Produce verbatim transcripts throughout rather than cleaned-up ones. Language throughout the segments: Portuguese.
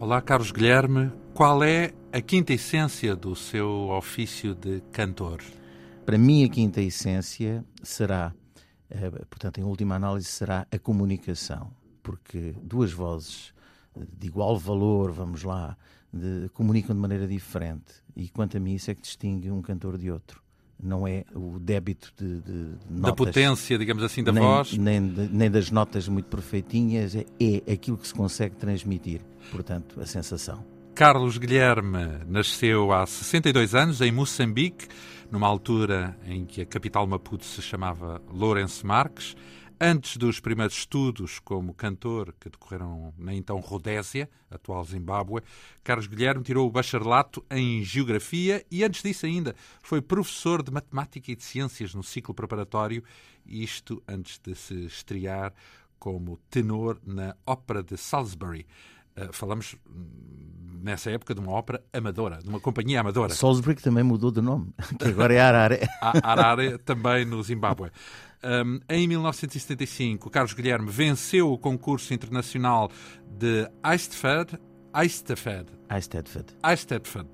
Olá, Carlos Guilherme. Qual é a quinta essência do seu ofício de cantor? Para mim, a quinta essência será, portanto, em última análise, será a comunicação. Porque duas vozes de igual valor, vamos lá, de, comunicam de maneira diferente. E quanto a mim, isso é que distingue um cantor de outro. Não é o débito de, de notas. Da potência, digamos assim, da nem, voz? Nem, de, nem das notas muito perfeitinhas. É, é aquilo que se consegue transmitir. Portanto, a sensação. Carlos Guilherme nasceu há sessenta e dois anos em Moçambique, numa altura em que a capital Maputo se chamava Lourenço Marques. Antes dos primeiros estudos como cantor, que decorreram na então Rodésia, atual Zimbábue, Carlos Guilherme tirou o bacharelato em Geografia e, antes disso ainda, foi professor de Matemática e de Ciências no ciclo preparatório, isto antes de se estrear como tenor na Ópera de Salisbury. Uh, falamos nessa época de uma ópera amadora, de uma companhia amadora. Salisbury também mudou de nome, que agora é Harare. Harare, também no Zimbábue. Um, em mil novecentos e setenta e cinco, Carlos Guilherme venceu o concurso internacional de Eisteddfod. Eisteddfod. Eisteddfod. Eisteddfod.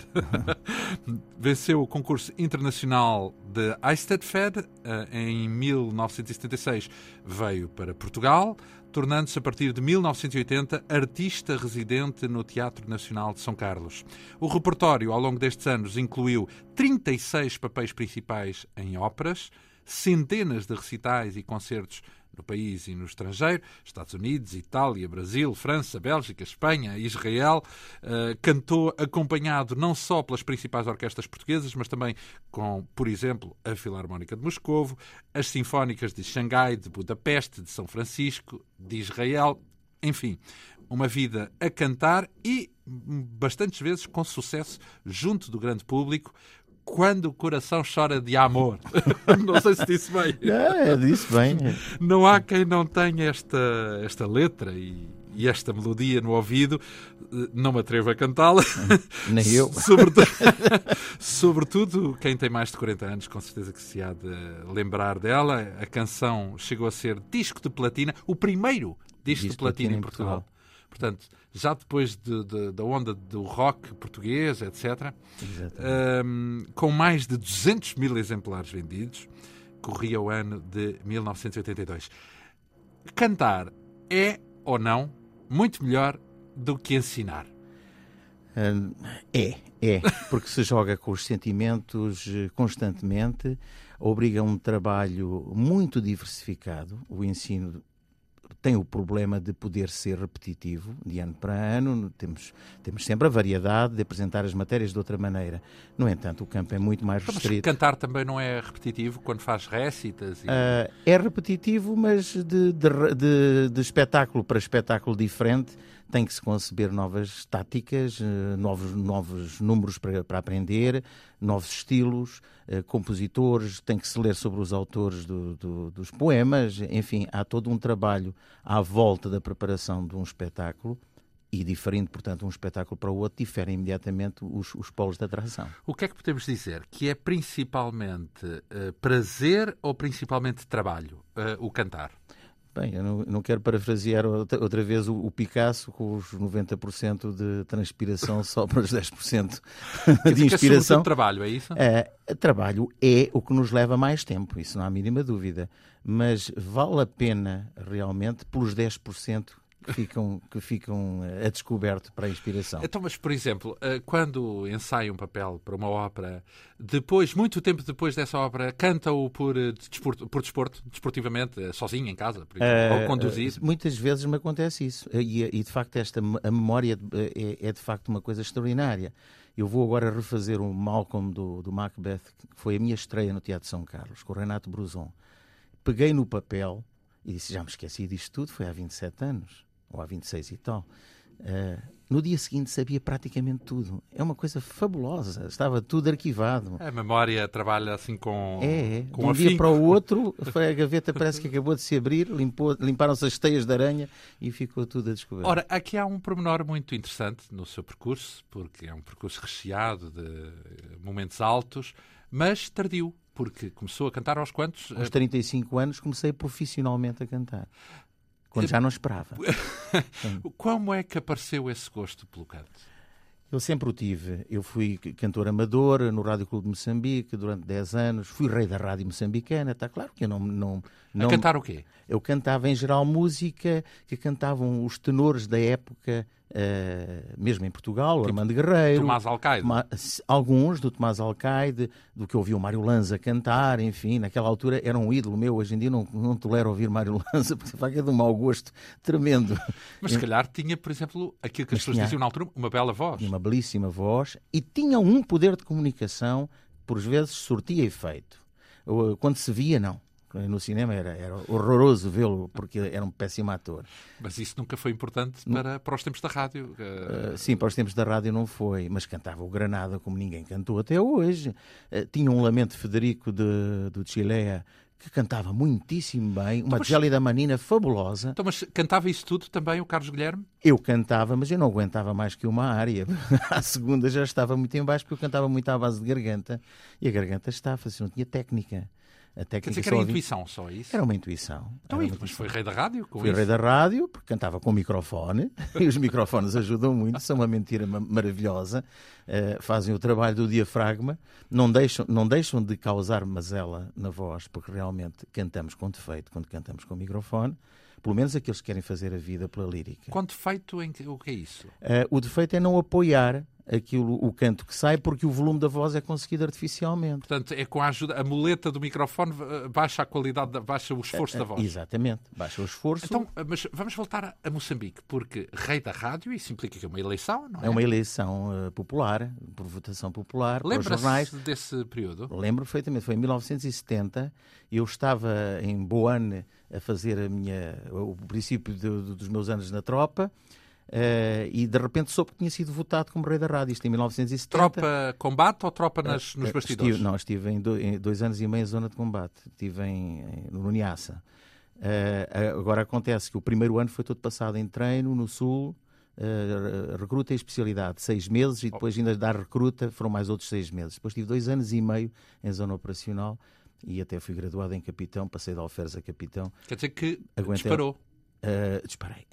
Venceu o concurso internacional de Eisteddfod. Uh, em mil novecentos e setenta e seis veio para Portugal, tornando-se a partir de mil novecentos e oitenta artista residente no Teatro Nacional de São Carlos. O repertório, ao longo destes anos, incluiu trinta e seis papéis principais em óperas, centenas de recitais e concertos no país e no estrangeiro, Estados Unidos, Itália, Brasil, França, Bélgica, Espanha, Israel. Uh, cantou acompanhado não só pelas principais orquestras portuguesas, mas também com, por exemplo, a Filarmónica de Moscovo, as Sinfónicas de Xangai, de Budapeste, de São Francisco, de Israel, enfim, uma vida a cantar e, bastantes vezes, com sucesso junto do grande público, quando o coração chora de amor. Não sei se disse bem. É, disse bem. Não há quem não tenha esta, esta letra e, e esta melodia no ouvido. Não me atrevo a cantá-la. Nem eu. Sobretudo, sobretudo quem tem mais de quarenta anos, com certeza que se há de lembrar dela. A canção chegou a ser disco de platina, o primeiro disco, disco de platina, platina em Portugal. Portugal. Portanto, já depois de, de, da onda do rock português, etcétera, um, com mais de duzentos mil exemplares vendidos, corria o ano de mil novecentos e oitenta e dois. Cantar é, ou não, muito melhor do que ensinar? Um, é, é, porque se joga com os sentimentos constantemente, obriga a um trabalho muito diversificado. O ensino tem o problema de poder ser repetitivo, de ano para ano, temos, temos sempre a variedade de apresentar as matérias de outra maneira. No entanto, o campo é muito mais restrito. Mas cantar também não é repetitivo quando faz récitas? E... Uh, é repetitivo, mas de, de, de, de espetáculo para espetáculo diferente tem que se conceber novas táticas, uh, novos, novos números para, para aprender, novos estilos, uh, compositores, tem que se ler sobre os autores do, do, dos poemas, enfim, há todo um trabalho à volta da preparação de um espetáculo e diferente, portanto, um espetáculo para o outro, diferem imediatamente os, os polos de atração. O que é que podemos dizer? Que é principalmente uh, prazer ou principalmente trabalho, uh, o cantar? Bem, eu não, não quero parafrasear outra, outra vez o, o Picasso com os noventa por cento de transpiração só para os dez por cento de inspiração. É trabalho, é isso? É, trabalho é o que nos leva mais tempo, isso não há a mínima dúvida. Mas vale a pena realmente pelos dez por cento que ficam, que ficam a descoberto para a inspiração. Então, mas, por exemplo, quando ensaia um papel para uma ópera, depois, muito tempo depois dessa ópera, canta-o por desporto, por desporto, desportivamente, sozinho em casa, por exemplo, uh, ou conduzir? Muitas vezes me acontece isso. E, e de facto, esta, a memória é, é de facto uma coisa extraordinária. Eu vou agora refazer o Malcolm do, do Macbeth, que foi a minha estreia no Teatro de São Carlos, com o Renato Bruzon. Peguei no papel e disse, já me esqueci disto tudo, foi há vinte e sete anos. Ou há vinte e seis e tal. Uh, no dia seguinte sabia praticamente tudo. É uma coisa fabulosa. Estava tudo arquivado. A memória trabalha assim com É, com de um afinco. dia para o outro, foi a gaveta parece que acabou de se abrir, limpou, limparam-se as teias de aranha e ficou tudo a descobrir. Ora, aqui há um pormenor muito interessante no seu percurso, porque é um percurso recheado de momentos altos, mas tardio, porque começou a cantar aos quantos? Aos trinta e cinco anos comecei profissionalmente a cantar. quando já não esperava. Como é que apareceu esse gosto pelo canto? Eu sempre o tive. Eu fui cantor amador no Rádio Clube de Moçambique durante dez anos. Fui rei da rádio moçambicana. Está claro que eu não... não, não... A cantar o quê? Eu cantava, em geral, música que cantavam os tenores da época, uh, mesmo em Portugal, o tipo Armando Guerreiro. Tomás Alcaide. Toma, alguns do Tomás Alcaide, do que eu ouvi o Mário Lanza cantar, enfim, naquela altura era um ídolo meu. Hoje em dia não, não tolero ouvir Mário Lanza, porque é de um mau gosto tremendo. Mas se calhar tinha, por exemplo, aquilo que as pessoas tinha, diziam na altura, uma bela voz. Tinha uma belíssima voz e tinha um poder de comunicação, por vezes surtia efeito. Quando se via, não. No cinema era, era horroroso vê-lo, porque era um péssimo ator. Mas isso nunca foi importante para, para os tempos da rádio? Uh, sim, para os tempos da rádio não foi, mas cantava o Granada como ninguém cantou até hoje. Uh, tinha um Lamento Federico de, do Chilea, que cantava muitíssimo bem, uma então, Gélida Manina fabulosa. Então, mas cantava isso tudo também o Carlos Guilherme? Eu cantava, mas eu não aguentava mais que uma área. À segunda já estava muito em baixo, porque eu cantava muito à base de garganta, e a garganta estava, assim, não tinha técnica. A técnica. Quer dizer que era intuição só, isso? Era uma intuição. Então, uma mas intuição. Foi rei da rádio com Fui isso? rei da rádio, porque cantava com microfone, e os microfones ajudam muito, são uma mentira maravilhosa, uh, fazem o trabalho do diafragma, não deixam, não deixam de causar mazela na voz, porque realmente cantamos com defeito quando cantamos com microfone, pelo menos aqueles que querem fazer a vida pela lírica. Com defeito, em que, o que é isso? Uh, o defeito é não apoiar aquilo, o canto que sai, porque o volume da voz é conseguido artificialmente. Portanto, é com a ajuda, a muleta do microfone baixa a qualidade, baixa o esforço uh, uh, da voz. Exatamente, baixa o esforço. Então, mas vamos voltar a Moçambique, porque rei da rádio, isso implica que é uma eleição, não é? É uma eleição uh, popular, por votação popular, para os jornais. Lembra-se desse período? Lembro perfeitamente, foi em mil novecentos e setenta, eu estava em Boane a fazer a minha, o princípio de, de, dos meus anos na tropa, Uh, e de repente soube que tinha sido votado como rei da rádio, isto em mil novecentos e setenta. Tropa combate ou tropa nas, nos bastidores? Estive, não, estive em, do, em dois anos e meio em zona de combate, estive em, em, no Niassa. Uh, agora acontece que o primeiro ano foi todo passado em treino no Sul, uh, recruta e especialidade, seis meses, e depois ainda dar recruta foram mais outros seis meses. Depois tive dois anos e meio em zona operacional e até fui graduado em capitão, passei de alferes a capitão. Quer dizer que Aguentei... disparou? Uh, disparei.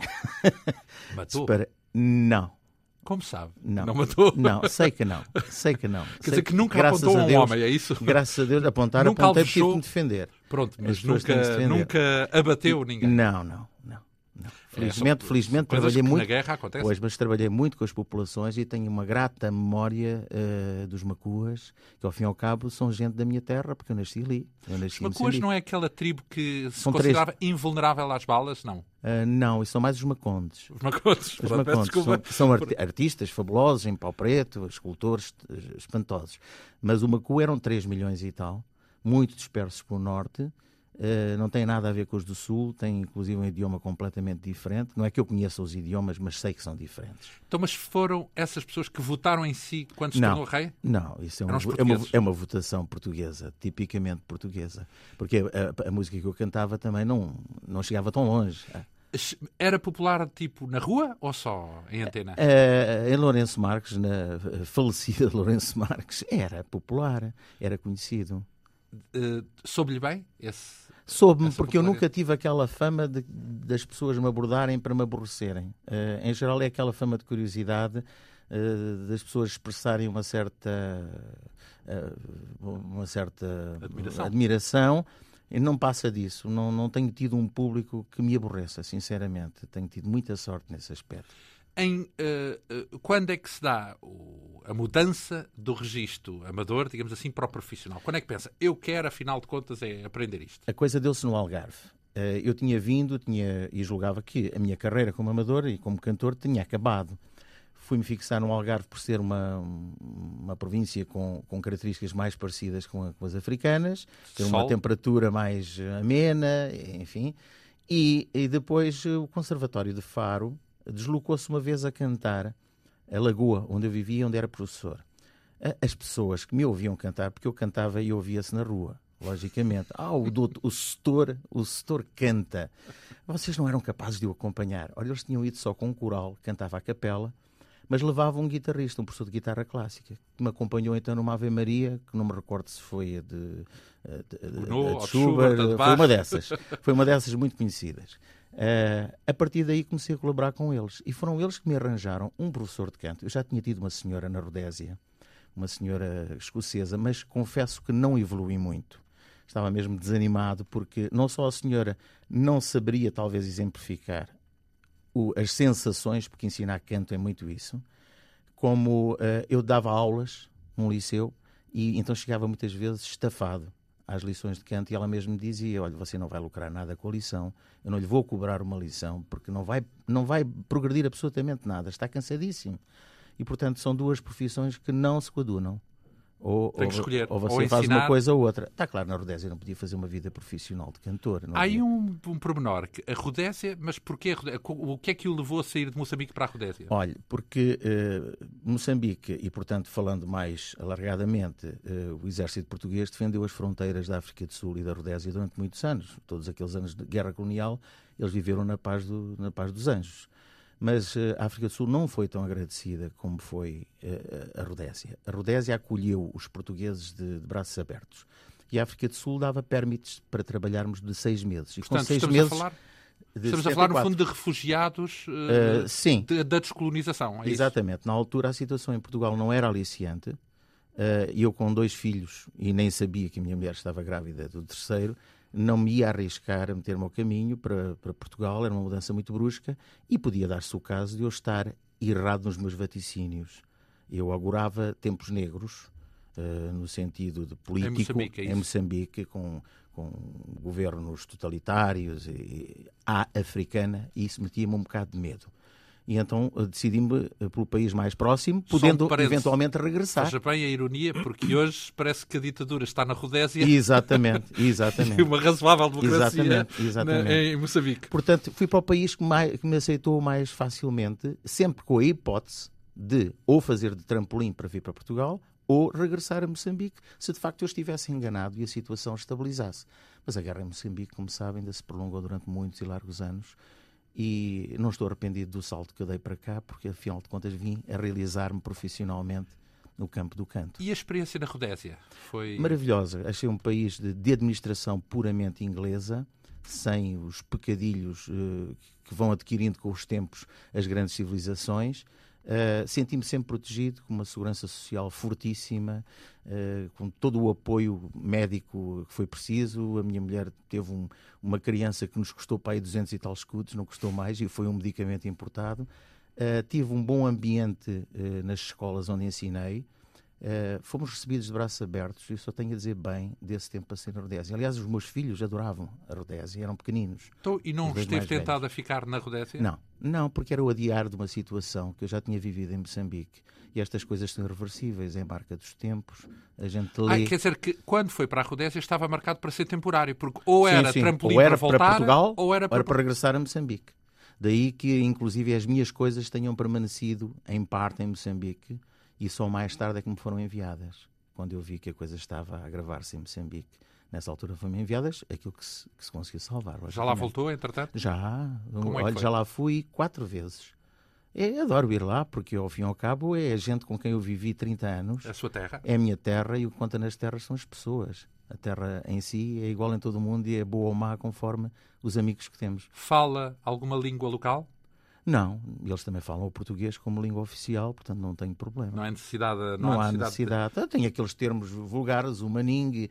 Matou? Disparei. Não. Como sabe? Não. Não matou? Não, sei que não. Sei que não. Quer sei dizer que nunca graças apontou a um Deus, homem, é isso? Graças a Deus, apontar, nunca apontei porque tive alvejou... que me defender. Pronto, mas nunca, nunca abateu ninguém? Não, não, não. Não. Felizmente, é, são, felizmente são trabalhei que muito. Na guerra acontece. Pois, mas trabalhei muito com as populações e tenho uma grata memória uh, dos Macuas, que ao fim e ao cabo são gente da minha terra, porque eu nasci ali. Eu nasci os Macuas não é aquela tribo que se são considerava três... invulnerável às balas? Não. Uh, não, e são mais os Macondes. Os Macondes. Os Macondes são, são art artistas fabulosos, em pau preto, escultores espantosos. Mas o Macu eram três milhões e tal, muito dispersos pelo norte. Uh, não tem nada a ver com os do Sul, tem inclusive um idioma completamente diferente. Não é que eu conheça os idiomas, mas sei que são diferentes. Então, mas foram essas pessoas que votaram em si quando se não, tornou rei? Não, isso é uma, é, uma, é uma votação portuguesa, tipicamente portuguesa. Porque a, a, a música que eu cantava também não, não chegava tão longe. Era popular tipo na rua ou só em antena? Uh, em Lourenço Marques, na falecida Lourenço Marques, era popular, era conhecido. Uh, soube-lhe bem esse... Soube-me, porque eu nunca tive aquela fama de, das pessoas me abordarem para me aborrecerem. Uh, em geral é aquela fama de curiosidade, uh, das pessoas expressarem uma certa, uh, uma certa admiração. admiração. E não passa disso. Não, não tenho tido um público que me aborreça, sinceramente. Tenho tido muita sorte nesse aspecto. Em, uh, uh, quando é que se dá o, a mudança do registro amador, digamos assim, para o profissional? Quando é que pensa, eu quero, afinal de contas, é aprender isto? A coisa deu-se no Algarve. Uh, eu tinha vindo tinha, e julgava que a minha carreira como amador e como cantor tinha acabado. Fui-me fixar no Algarve por ser uma, uma província com, com características mais parecidas com, a, com as africanas, ter Sol. Uma temperatura mais amena, enfim. E, e depois o Conservatório de Faro deslocou-se uma vez a cantar a Lagoa, onde eu vivia, onde era professor. As pessoas que me ouviam cantar, porque eu cantava e ouvia-se na rua, logicamente. Ah, o, doutor, o setor, o setor canta. Vocês não eram capazes de o acompanhar. Olha, eles tinham ido só com um coral, cantava a capela, mas levava um guitarrista, um professor de guitarra clássica, que me acompanhou então numa Ave Maria, que não me recordo se foi a de, a de, a de, no, a de Schubert, Schubert, foi uma dessas. Foi uma dessas muito conhecidas. Uh, a partir daí comecei a colaborar com eles. E foram eles que me arranjaram um professor de canto. Eu já tinha tido uma senhora na Rodésia, uma senhora escocesa, mas confesso que não evolui muito. Estava mesmo desanimado porque não só a senhora não saberia talvez exemplificar o, as sensações, porque ensinar canto é muito isso, como uh, eu dava aulas num liceu e então chegava muitas vezes estafado às lições de canto e ela mesmo me dizia, olha, você não vai lucrar nada com a lição, eu não lhe vou cobrar uma lição porque não vai, não vai progredir absolutamente nada, está cansadíssimo. E, portanto, são duas profissões que não se coadunam. Ou, Tem que escolher. Ou você ou faz ensinar... uma coisa ou outra. Está claro, na Rodésia não podia fazer uma vida profissional de cantor. Não Há aí havia. um, um pormenor. A Rodésia, mas porquê a Rodésia? O que é que o levou a sair de Moçambique para a Rodésia? Olha, porque uh, Moçambique, e portanto falando mais alargadamente, uh, o exército português defendeu as fronteiras da África do Sul e da Rodésia durante muitos anos. Todos aqueles anos de guerra colonial, eles viveram na paz, do, na paz dos anjos. Mas uh, a África do Sul não foi tão agradecida como foi uh, a Rodésia. A Rodésia acolheu os portugueses de, de braços abertos. E a África do Sul dava permites para trabalharmos de seis meses. E Portanto, com seis estamos meses, a falar... de Estamos a falar, no fundo, de refugiados uh, uh, sim. De, da descolonização. É Exatamente. Isso? Na altura, a situação em Portugal não era aliciante. E uh, eu, com dois filhos, e nem sabia que a minha mulher estava grávida do terceiro, não me ia arriscar a meter-me ao caminho para, para Portugal. Era uma mudança muito brusca e podia dar-se o caso de eu estar errado nos meus vaticínios. Eu augurava tempos negros, uh, no sentido de político, em Moçambique, é isso? em Moçambique com, com governos totalitários, e, a africana, e isso metia-me um bocado de medo. E então decidi-me pelo país mais próximo, podendo parece, eventualmente regressar. Veja bem a ironia, porque hoje parece que a ditadura está na Rodésia. Exatamente, exatamente. E uma razoável democracia exatamente, exatamente. Na, em Moçambique. Portanto, fui para o país que, mais, que me aceitou mais facilmente, sempre com a hipótese de ou fazer de trampolim para vir para Portugal ou regressar a Moçambique, se de facto eu estivesse enganado e a situação estabilizasse. Mas a guerra em Moçambique, como sabem, ainda se prolongou durante muitos e largos anos. E não estou arrependido do salto que eu dei para cá, porque, afinal de contas, vim a realizar-me profissionalmente no campo do canto. E a experiência na Rodésia? Foi maravilhosa. Achei um país de, de administração puramente inglesa, sem os pecadilhos uh, que vão adquirindo com os tempos as grandes civilizações. Uh, senti-me sempre protegido, com uma segurança social fortíssima, uh, com todo o apoio médico que foi preciso. A minha mulher teve um, uma criança que nos custou para aí duzentos e tal escudos, não custou mais, e foi um medicamento importado. Uh, tive um bom ambiente uh, nas escolas onde ensinei. Uh, fomos recebidos de braços abertos, e só tenho a dizer bem desse tempo passei na Rodésia. Aliás, os meus filhos adoravam a Rodésia, eram pequeninos. Então, e não esteve tentado a ficar na Rodésia? Não, não, porque era o adiar de uma situação que eu já tinha vivido em Moçambique. E estas coisas são irreversíveis, é marca dos tempos, a gente lê... Ah, quer dizer que quando foi para a Rodésia estava marcado para ser temporário, porque ou era sim, sim. trampolim ou era para voltar, para Portugal, ou era para... para regressar a Moçambique. Daí que, inclusive, as minhas coisas tenham permanecido, em parte, em Moçambique, e só mais tarde é que me foram enviadas. Quando eu vi que a coisa estava a agravar-se em Moçambique, nessa altura foram-me enviadas aquilo que se, que se conseguiu salvar. Já lá voltou, entretanto? Já. Como Olha, é que já lá fui quatro vezes. Eu adoro ir lá, porque ao fim e ao cabo é a gente com quem eu vivi trinta anos. É a sua terra? É a minha terra, e o que conta nas terras são as pessoas. A terra em si é igual em todo o mundo e é boa ou má conforme os amigos que temos. Fala alguma língua local? Não, eles também falam o português como língua oficial, portanto não tenho problema. Não há necessidade. Não, Não há há necessidade. necessidade. De... Tem aqueles termos vulgares, o maningue,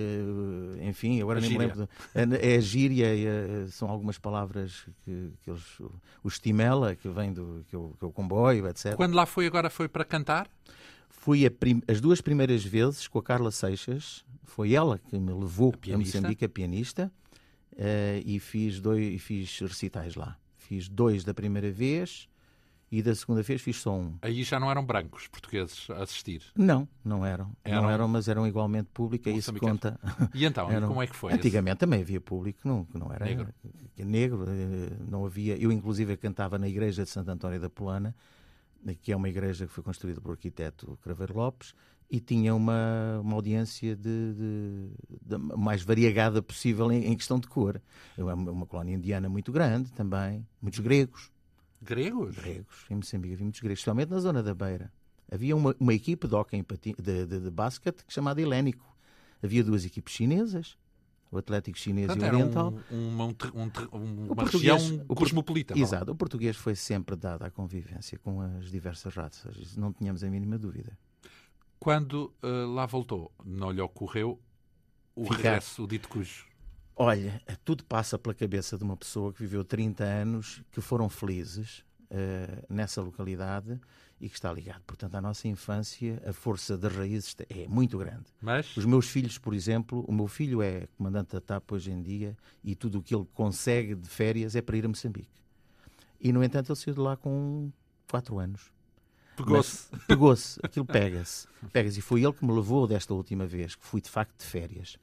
uh, enfim, agora a nem gíria. me lembro. É, é a gíria, é, são algumas palavras que, que eles. O estimela, que vem do que é o, que é o comboio, etcétera. Quando lá foi, agora foi para cantar? Fui a prim... as duas primeiras vezes com a Carla Seixas, foi ela que me levou a, a Moçambique, a pianista, uh, e fiz, dois, e fiz recitais lá. Fiz dois da primeira vez e da segunda vez fiz só um. Aí já não eram brancos portugueses a assistir? Não, não eram. eram não eram, mas eram igualmente público, é isso que conta. E então, eram... como é que foi? Antigamente esse... também havia público, não, não era negro. negro, não havia. Eu, inclusive, cantava na igreja de Santo António da Polana, que é uma igreja que foi construída pelo arquiteto Craveiro Lopes, e tinha uma, uma audiência de, de, de mais variegada possível em, em questão de cor. Uma, uma colónia indiana muito grande também, muitos gregos. Gregos? Gregos. Em Moçambique havia muitos gregos, especialmente na zona da Beira. Havia uma, uma equipe de hóquei de, de, de basquete chamada Helénico. Havia duas equipes chinesas, o Atlântico Chinês Portanto, e era Oriental. Um, uma um, um, O uma português- região o por- cosmopolita. Exato, o português foi sempre dado à convivência com as diversas raças, isso não tínhamos a mínima dúvida. Quando uh, lá voltou, não lhe ocorreu o Ficar. regresso, o dito cujo? Olha, tudo passa pela cabeça de uma pessoa que viveu trinta anos, que foram felizes uh, nessa localidade e que está ligado. Portanto, à nossa infância, a força das raízes é muito grande. Mas, Os meus filhos, por exemplo, o meu filho é comandante da TAP hoje em dia e tudo o que ele consegue de férias é para ir a Moçambique. E, no entanto, ele saiu de lá com quatro anos. pegou-se. Mas Pegou-se, aquilo pega-se. Pega-se. E foi ele que me levou desta última vez, que fui de facto de férias.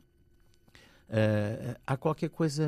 Uh, há qualquer coisa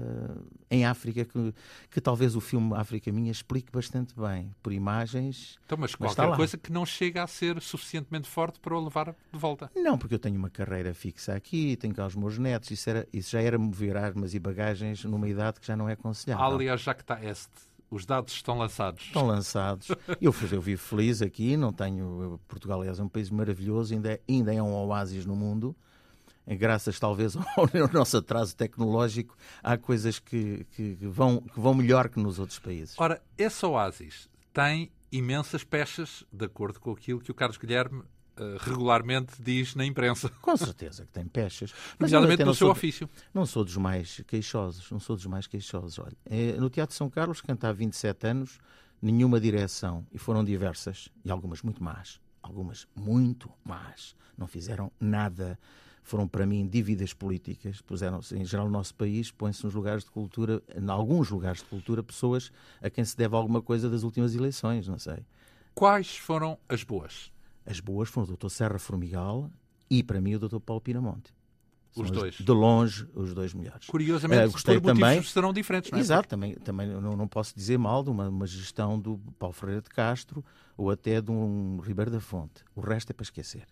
em África que, que talvez o filme África Minha explique bastante bem, por imagens. Então, mas Mas está qualquer lá. coisa que não chega a ser suficientemente forte para o levar de volta. Não, porque eu tenho uma carreira fixa aqui, tenho cá os meus netos, isso, era, isso já era mover armas e bagagens numa idade que já não é aconselhável. Aliás, já que está este, os dados estão lançados. Estão lançados. Eu, eu vivo feliz aqui, não tenho. Portugal, aliás, é um país maravilhoso, ainda é, ainda é um oásis no mundo. Graças talvez ao nosso atraso tecnológico, há coisas que, que, que, vão, que vão melhor que nos outros países. Ora, esse oásis tem imensas pechas, de acordo com aquilo que o Carlos Guilherme uh, regularmente diz na imprensa. Com certeza que tem pechas. Mas eu nomeadamente até no não seu sou- ofício. Não sou dos mais queixosos, não sou dos mais queixosos. Olha, eh, no Teatro São Carlos, canto há vinte e sete anos, nenhuma direção, e foram diversas, e algumas muito más, algumas muito más, não fizeram nada. Foram para mim dívidas políticas, puseram-se, em geral no nosso país, põem-se nos lugares de cultura, em alguns lugares de cultura, pessoas a quem se deve alguma coisa das últimas eleições, não sei. Quais foram as boas? As boas foram o doutor Serra Formigal e, para mim, o doutor Paulo Pinamonte. São Os dois. De longe, os dois melhores. Curiosamente, Eh, gostei por motivos também- serão diferentes, não é? Exato, também, também não, não posso dizer mal de uma, uma gestão do Paulo Ferreira de Castro ou até de um Ribeiro da Fonte. O resto é para esquecer.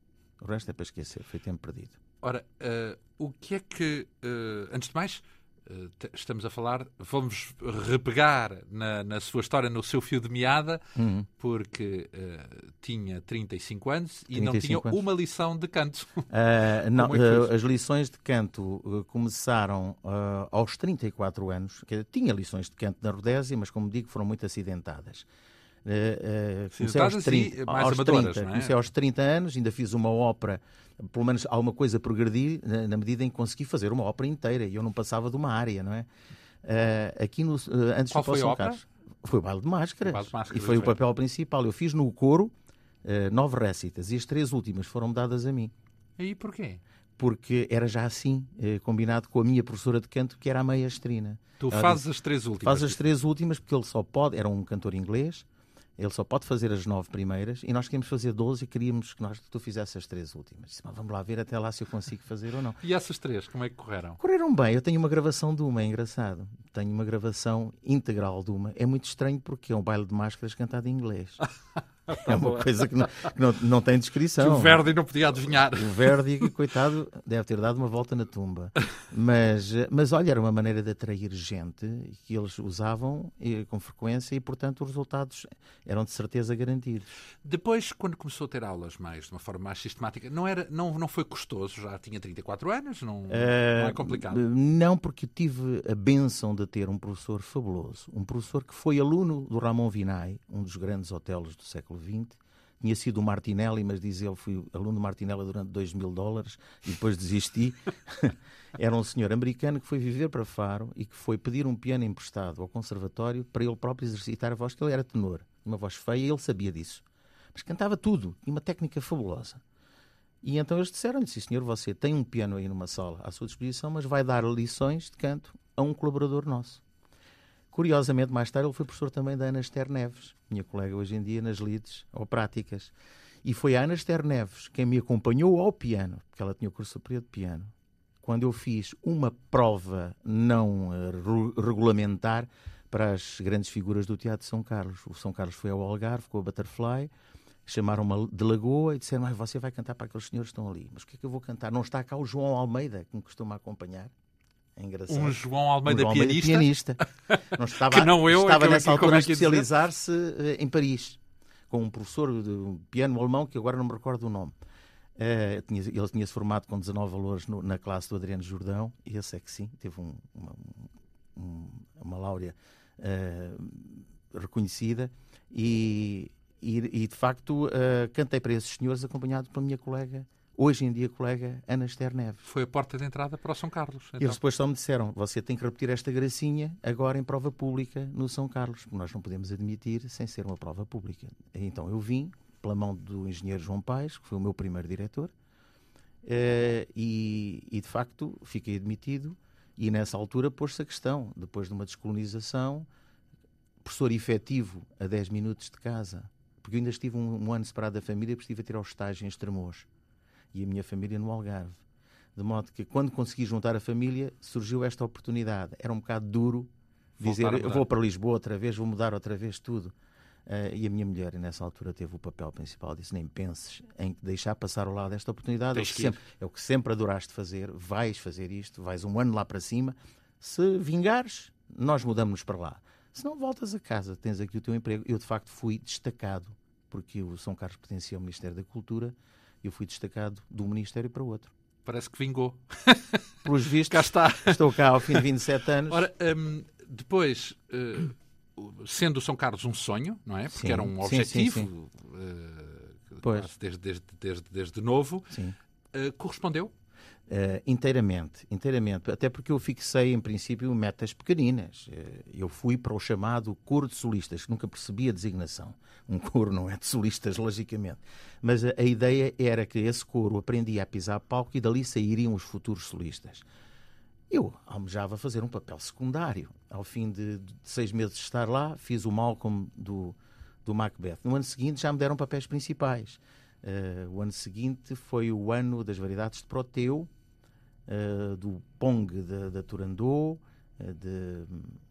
O resto é para esquecer, foi tempo perdido. Ora, uh, o que é que, uh, antes de mais, uh, te- estamos a falar, vamos repegar na, na sua história, no seu fio de meada, Uhum. porque uh, tinha trinta e cinco anos e não trinta e tinha cinco anos. uma lição de canto. Ah, não, Como é que foi? ah, as lições de canto ah, começaram ah, aos trinta e quatro anos. Quer dizer, tinha lições de canto na Rodésia, mas, como digo, foram muito acidentadas. Ah, ah, comecei aos Acidentadas e trinta, mais aos amadoras, trinta, não é? comecei aos trinta anos, ainda fiz uma ópera, pelo menos alguma coisa progredi na, na medida em que consegui fazer uma ópera inteira e eu não passava de uma área, não é? Ah, aqui no, ah, antes Qual do foi a São ópera? Carlos. Foi o Baile de Máscaras. O Baile de Máscaras, E foi o muito bem. papel principal. Eu fiz no coro ah, nove récitas e as três últimas foram dadas a mim. E porquê? Porque era já assim, eh, combinado com a minha professora de canto, que era a Meia Estrina. Tu Ela fazes disse, as três últimas. faz as três últimas, porque ele só pode, era um cantor inglês, ele só pode fazer as nove primeiras, e nós queríamos fazer doze e queríamos que, nós, que tu fizesse as três últimas. Disse, mas vamos lá ver até lá se eu consigo fazer ou não. E essas três, como é que correram? Correram bem, eu tenho uma gravação de uma, é engraçado. Tenho uma gravação integral de uma. É muito estranho porque é um baile de máscaras cantado em inglês. É uma coisa que não, que não, não tem Que descrição. o Verdi não podia adivinhar. O Verdi, coitado, deve ter dado uma volta na tumba. Mas, mas olha, era uma maneira de atrair gente que eles usavam eh, com frequência e, portanto, os resultados eram de certeza garantidos. Depois, quando começou a ter aulas mais, de uma forma mais sistemática, não, era, não, não foi custoso? Já tinha trinta e quatro anos? Não, não é complicado? Uh, não, porque tive a bênção de ter um professor fabuloso. Um professor que foi aluno do Ramon Vinay, um dos grandes hotéis do século vinte. Tinha sido o Martinelli, mas diz ele, fui aluno do Martinelli durante dois mil dólares e depois desisti. Era um senhor americano que foi viver para Faro e que foi pedir um piano emprestado ao conservatório para ele próprio exercitar a voz, que ele era tenor. Uma voz feia e ele sabia disso. Mas cantava tudo. Tinha uma técnica fabulosa. E então eles disseram-lhe, sim senhor, você tem um piano aí numa sala à sua disposição, mas vai dar lições de canto a um colaborador nosso. Curiosamente, mais tarde, ele foi professor também da Ana Esther Neves, minha colega hoje em dia nas lides ou práticas. E foi a Ana Esther Neves quem me acompanhou ao piano, porque ela tinha o curso superior de piano, quando eu fiz uma prova não uh, regulamentar para as grandes figuras do Teatro de São Carlos. O São Carlos foi ao Algarve com a Butterfly, chamaram-me de Lagoa e disseram, mas você vai cantar para aqueles senhores que estão ali. Mas o que é que eu vou cantar? Não está cá o João Almeida, que me costuma acompanhar. É engraçado. Um João Almeida, um João Almeida pianista? pianista. Não estava, Que não eu, estava é que eu nessa aqui, como altura a é que ia dizer? especializar-se eh, em Paris, com um professor de piano alemão, que agora não me recordo o nome. Uh, tinha, ele tinha-se formado com dezanove valores no, na classe do Adriano Jordão, e esse é que sim, teve um, uma, um, uma láurea uh, reconhecida, e, e, e de facto uh, cantei para esses senhores acompanhado pela minha colega, hoje em dia colega, Ana Esther Neves. Foi a porta de entrada para o São Carlos. Então. Eles depois só me disseram, você tem que repetir esta gracinha agora em prova pública no São Carlos, porque nós não podemos admitir sem ser uma prova pública. Então eu vim pela mão do engenheiro João Paes, que foi o meu primeiro diretor, uh, e, e de facto fiquei admitido, e nessa altura pôs-se a questão, depois de uma descolonização, professor efetivo a dez minutos de casa, porque eu ainda estive um, um ano separado da família, porque estive a tirar o estágio em Estremoz, e a minha família no Algarve. De modo que quando consegui juntar a família, surgiu esta oportunidade. Era um bocado duro dizer, eu vou para Lisboa outra vez, vou mudar outra vez tudo. Uh, e a minha mulher, nessa altura, teve o papel principal. Disse, nem penses em deixar passar ao lado esta oportunidade. É o, que sempre, é o que sempre adoraste fazer. Vais fazer isto, vais um ano lá para cima. Se vingares, nós mudamos-nos para lá. Se não, voltas a casa, tens aqui o teu emprego. Eu, de facto, fui destacado, porque o São Carlos pertencia ao Ministério da Cultura, eu fui destacado de um ministério para o outro. Parece que vingou. Pelos vistos, cá está. Estou cá ao fim de vinte e sete anos. Ora, um, depois... Uh... sendo o São Carlos um sonho, não é? Porque sim, era um objetivo sim, sim, sim. Uh, desde, desde, desde, desde novo. Uh, correspondeu? Uh, inteiramente, inteiramente. Até porque eu fixei, em princípio, metas pequeninas. Uh, eu fui para o chamado coro de solistas, que nunca percebi a designação. Um coro não é de solistas, logicamente. Mas a, a ideia era que esse coro aprendia a pisar palco e dali sairiam os futuros solistas. Eu almejava fazer um papel secundário. Ao fim de, de seis meses de estar lá, fiz o Malcolm do, do Macbeth. No ano seguinte já me deram papéis principais. Uh, o ano seguinte foi o ano das variedades de Proteu, uh, do Pong da, da Turandot, uh, de,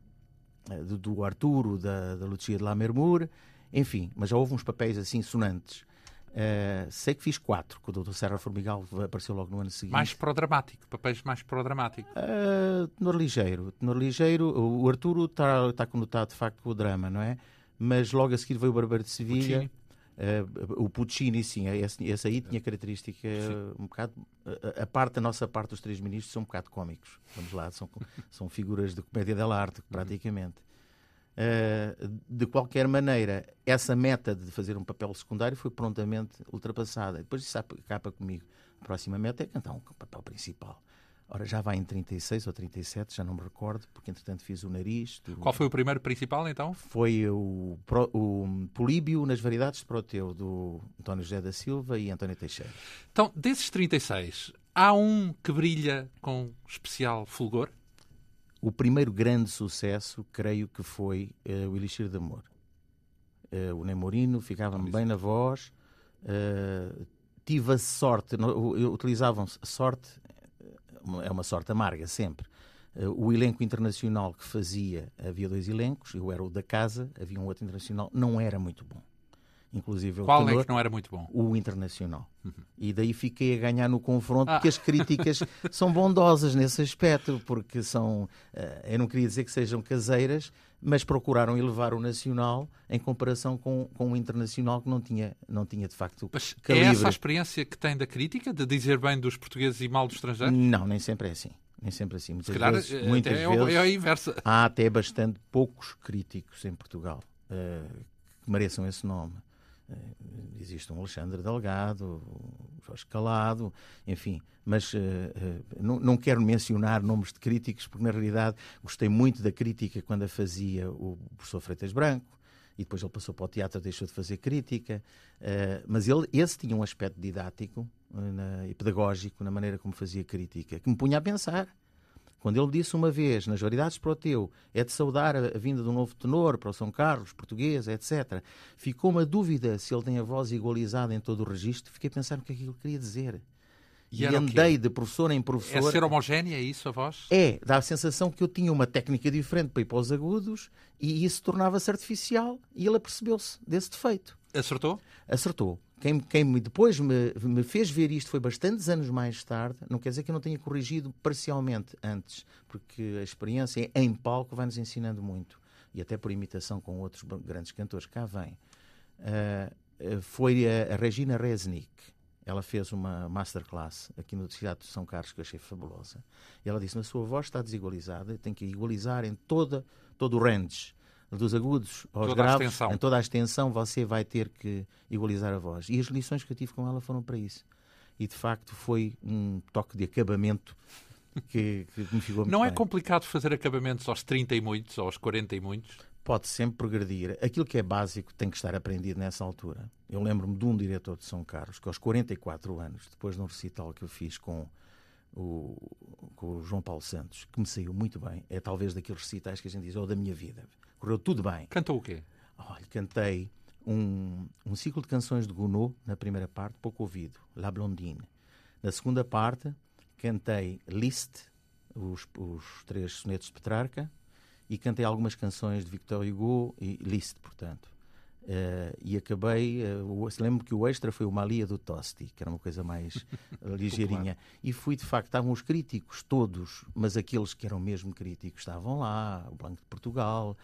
uh, do Arturo da, da Lucia de Lammermoor, enfim, mas já houve uns papéis assim sonantes. Uh, sei que fiz quatro, que o doutor Serra Formigal apareceu logo no ano seguinte. Mais para o dramático, papéis mais para o dramático. Uh, tenor ligeiro, tenor ligeiro. O Arturo está tá conotado de facto com o drama, não é? Mas logo a seguir veio o Barbeiro de Sevilha. Uh, o Puccini, sim, esse, esse aí tinha característica uh, um bocado. Uh, a parte, a nossa parte dos três ministros são um bocado cómicos. Vamos lá, são, são figuras de comédia dell'arte, praticamente. Uh, de qualquer maneira, essa meta de fazer um papel secundário foi prontamente ultrapassada. Depois disse cá para comigo, a próxima meta é cantar um papel principal. Ora, já vai em trinta e seis ou trinta e sete, já não me recordo, porque entretanto fiz o Nariz. Do... Qual foi o primeiro principal, então? Foi o, o Políbio nas Variedades de Proteu, do António José da Silva e António Teixeira. Então, desses trinta e seis, há um que brilha com especial fulgor? O primeiro grande sucesso, creio que foi uh, o Elixir de Amor. Uh, o Nemorino ficava-me bem na voz. Uh, tive a sorte, utilizavam sorte, é uma sorte amarga sempre. Uh, o elenco internacional que fazia, havia dois elencos, eu era o da casa, havia um outro internacional, não era muito bom. Inclusive, qual o tenor, é que não era muito bom? O internacional. Uhum. E daí fiquei a ganhar no confronto, ah. porque as críticas são bondosas nesse aspecto, porque são, eu não queria dizer que sejam caseiras, mas procuraram elevar o nacional em comparação com, com o internacional que não tinha, não tinha de facto mas calibre. É essa a experiência que tem da crítica, de dizer bem dos portugueses e mal dos estrangeiros? Não, nem sempre é assim. Nem sempre assim. Muitas Se calhar, vezes, muitas é, vezes é a inversa. Há até bastante poucos críticos em Portugal uh, que mereçam esse nome. Uh, existe um Alexandre Delgado, um Jorge Calado, enfim, mas uh, uh, não, não quero mencionar nomes de críticos, porque na realidade gostei muito da crítica quando a fazia o professor Freitas Branco, e depois ele passou para o teatro, deixou de fazer crítica, uh, mas ele, esse tinha um aspecto didático uh, na, e pedagógico na maneira como fazia crítica, que me punha a pensar. Quando ele disse uma vez, nas Variedades de Proteu, é de saudar a, a vinda de um novo tenor para o São Carlos, português, etcétera, ficou uma dúvida se ele tem a voz igualizada em todo o registro. Fiquei a pensar no que é que ele queria dizer. E, e andei de professor em professor. É ser homogénea, é isso a voz? É, dá a sensação que eu tinha uma técnica diferente para ir para os agudos e isso tornava-se artificial e ele apercebeu-se desse defeito. Acertou? Acertou. Quem, quem me, depois me, me fez ver isto foi bastantes anos mais tarde. Não quer dizer que eu não tenha corrigido parcialmente antes, porque a experiência em palco vai-nos ensinando muito. E até por imitação com outros grandes cantores que cá vêm. Uh, foi a, a Regina Resnick, ela fez uma masterclass aqui no Teatro de São Carlos, que eu achei fabulosa. E ela disse, a sua voz está desigualizada, tem que igualizar em toda, todo o range, dos agudos aos toda graves, em toda a extensão, você vai ter que igualizar a voz. E as lições que eu tive com ela foram para isso. E, de facto, foi um toque de acabamento que, que me ficou muito Não bem. é complicado fazer acabamentos aos trinta e muitos, aos quarenta e muitos? Pode sempre progredir. Aquilo que é básico tem que estar aprendido nessa altura. Eu lembro-me de um diretor de São Carlos que aos quarenta e quatro anos, depois de um recital que eu fiz com o, com o João Paulo Santos, que me saiu muito bem, é talvez daqueles recitais que a gente diz, ou oh, da minha vida. Correu tudo bem. Cantou o quê? Olha, cantei um, um ciclo de canções de Gounod, na primeira parte, pouco ouvido, La Blondine. Na segunda parte, cantei Liszt, os, os três sonetos de Petrarca, e cantei algumas canções de Victor Hugo e Liszt, portanto. Uh, e acabei, uh, lembro que o extra foi o Malia do Tosti, que era uma coisa mais ligeirinha. E fui, de facto, estavam os críticos todos, mas aqueles que eram mesmo críticos estavam lá, o Blanco de Portugal,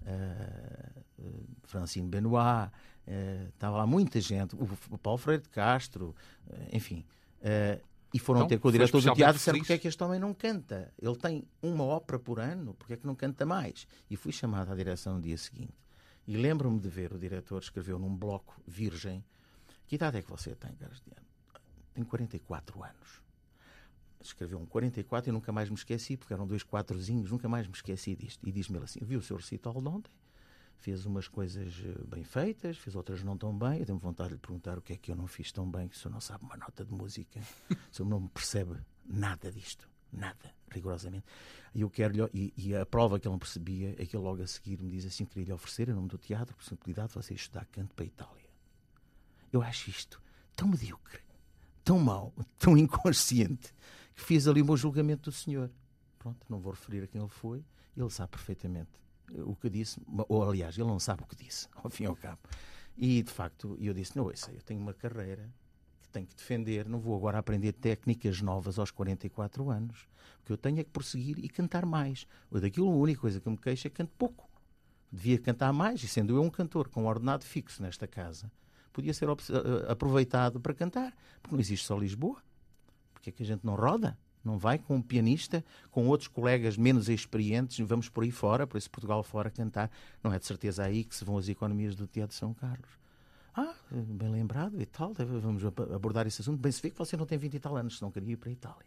uh, uh, Francine Benoit, uh, estava lá muita gente, o, o Paulo Freire de Castro, uh, enfim... Uh, E foram então, ter com o diretor do teatro e disseram, feliz. porque é que este homem não canta? Ele tem uma ópera por ano, porque é que não canta mais? E fui chamado à direção no dia seguinte. E lembro-me de ver o diretor escreveu num bloco virgem, que idade é que você tem, Carlos Diano? Tenho quarenta e quatro anos. Escreveu um quarenta e quatro e nunca mais me esqueci, porque eram dois quatrozinhos, nunca mais me esqueci disto. E diz-me ele assim, viu o seu recital de ontem? Fez umas coisas bem feitas, fez outras não tão bem. Eu tenho vontade de lhe perguntar o que é que eu não fiz tão bem, que o senhor não sabe uma nota de música. O senhor não me percebe nada disto. Nada, rigorosamente. E, eu quero e, e a prova que ele não percebia é que ele logo a seguir me diz assim, queria lhe oferecer, em nome do teatro, por possibilidade de você estudar canto para a Itália. Eu acho isto tão medíocre, tão mau, tão inconsciente, que fiz ali o meu julgamento do senhor. Pronto, não vou referir a quem ele foi, ele sabe perfeitamente o que disse, ou aliás, ele não sabe o que disse, ao fim e ao cabo. E, de facto, eu disse, não, eu tenho uma carreira que tenho que defender, não vou agora aprender técnicas novas aos quarenta e quatro anos. O que eu tenho é que prosseguir e cantar mais. Daquilo, a única coisa que eu me queixo é que canto pouco. Devia cantar mais, e sendo eu um cantor com um ordenado fixo nesta casa, podia ser aproveitado para cantar, porque não existe só Lisboa. Porque é que a gente não roda? Não vai com um pianista, com outros colegas menos experientes, vamos por aí fora, por esse Portugal fora, cantar. Não é de certeza aí que se vão as economias do Teatro de São Carlos. Ah, bem lembrado e tal, vamos abordar esse assunto. Bem se vê que você não tem vinte e tal anos, se não queria ir para a Itália.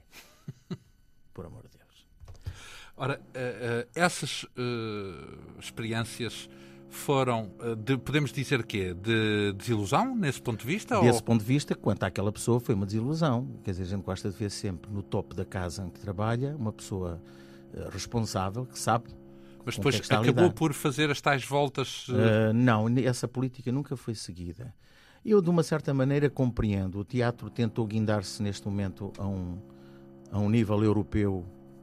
Por amor de Deus. Ora, uh, uh, essas uh, experiências foram, de, podemos dizer que de desilusão, nesse ponto de vista? Desse ou... ponto de vista, quanto àquela pessoa, foi uma desilusão. Quer dizer, a gente gosta de ver sempre no topo da casa em que trabalha uma pessoa uh, responsável, que sabe. Mas depois que é que acabou por fazer as tais voltas... Uh... Uh, não, essa política nunca foi seguida. Eu, de uma certa maneira, compreendo. O teatro tentou guindar-se neste momento a um, a um nível europeu,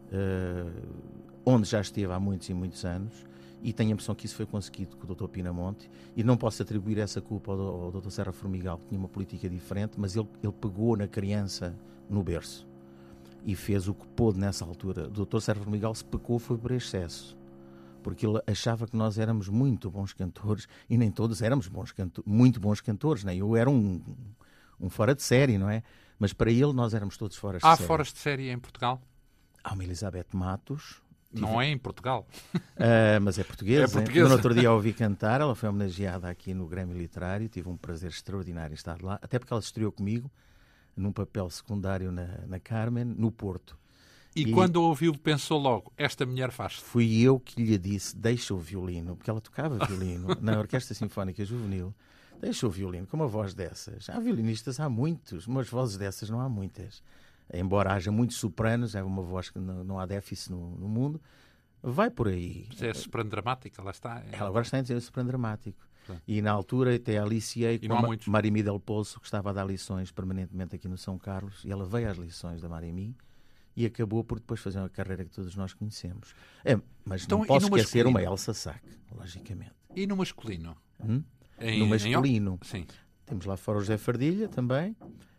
uh, onde já esteve há muitos e muitos anos. E tenho a impressão que isso foi conseguido com o doutor Pinamonte, e não posso atribuir essa culpa ao, ao doutor Serra Formigal, que tinha uma política diferente, mas ele, ele pegou na criança no berço e fez o que pôde nessa altura. O doutor Serra Formigal, se pecou, foi por excesso, porque ele achava que nós éramos muito bons cantores, e nem todos éramos bons canto- muito bons cantores, né? Eu era um, um fora de série, não é? Mas para ele nós éramos todos fora de Há série. Há foras de série em Portugal? Há uma Elizabeth Matos. Tive... Não é em Portugal. Uh, mas é portuguesa. É portuguesa. No outro dia a ouvi cantar, ela foi homenageada aqui no Grêmio Literário, tive um prazer extraordinário em estar lá, até porque ela se estreou comigo num papel secundário na, na Carmen, no Porto. E, e quando a ouviu pensou logo, esta mulher faz. Fui eu que lhe disse, deixa o violino, porque ela tocava violino na Orquestra Sinfónica Juvenil. Deixa o violino, com uma voz dessas. Há violinistas, há muitos, mas vozes dessas não há muitas. Embora haja muitos sopranos, é uma voz que não, não há déficit no, no mundo, vai por aí. Mas é soprano dramática, lá está. É... Ela agora está a dizer soprano dramático. Sim. E na altura até aliciei e com a Marimi Del Poço, que estava a dar lições permanentemente aqui no São Carlos, e ela veio às lições da Marimi e acabou por depois fazer uma carreira que todos nós conhecemos. É, mas então, não posso no esquecer masculino? Uma Elsa Sack, logicamente. E no masculino? Hum? Em, no masculino. Em... Sim. Temos lá fora o José Fardilha também.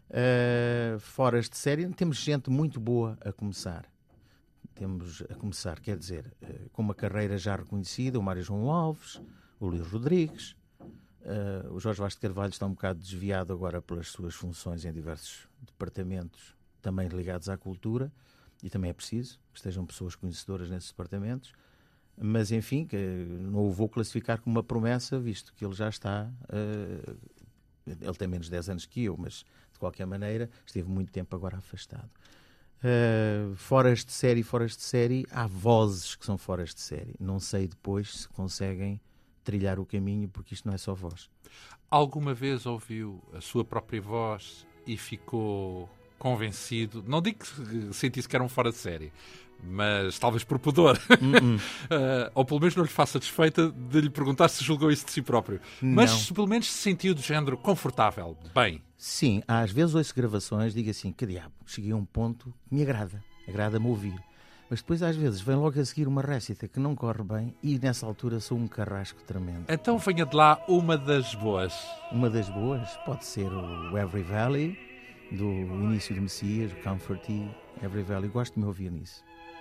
Uh, foras de série, temos gente muito boa a começar. Temos a começar, quer dizer, uh, com uma carreira já reconhecida, o Mário João Alves, o Luís Rodrigues, Uh, o Jorge Vaz de Carvalho está um bocado desviado agora pelas suas funções em diversos departamentos, também ligados à cultura, e também é preciso que estejam pessoas conhecedoras nesses departamentos, mas enfim, que não o vou classificar como uma promessa, visto que ele já está, uh, ele tem menos de dez anos que eu, mas de qualquer maneira esteve muito tempo agora afastado. Uh, foras de série, foras de série, há vozes que são foras de série. Não sei depois se conseguem trilhar o caminho, porque isto não é só voz. Alguma vez ouviu a sua própria voz e ficou convencido? Não digo que sentisse que era um fora de série, mas talvez por pudor. uh, ou pelo menos não lhe faça desfeita de lhe perguntar se julgou isso de si próprio. Não. Mas se pelo menos se sentiu de género confortável, bem. Sim, às vezes ouço gravações, digo assim, que diabo, cheguei a um ponto que me agrada, agrada-me ouvir. Mas depois às vezes vem logo a seguir uma récita que não corre bem e nessa altura sou um carrasco tremendo. Então venha de lá uma das boas. Uma das boas pode ser o Every Valley, do início do Messias, o Comfort e Every Valley. Gosto de me ouvir nisso.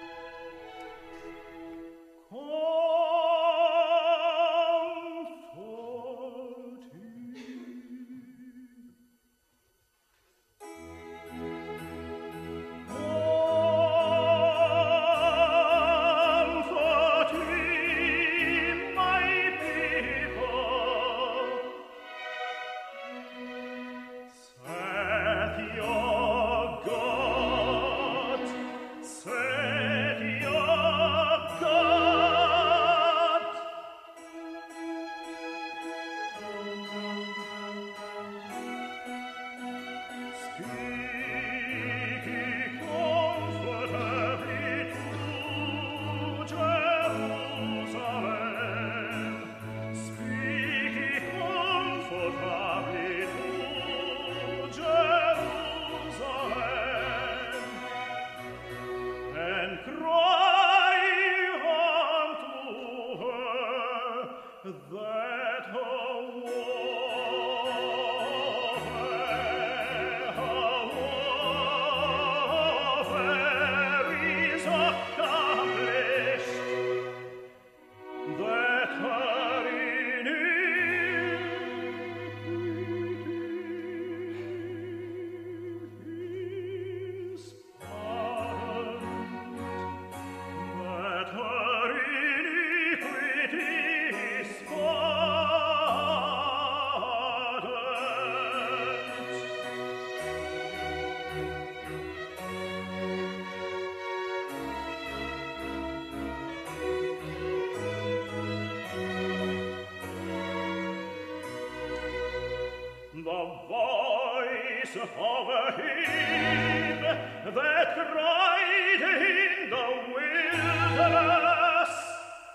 Of a hymn that cried in the wilderness,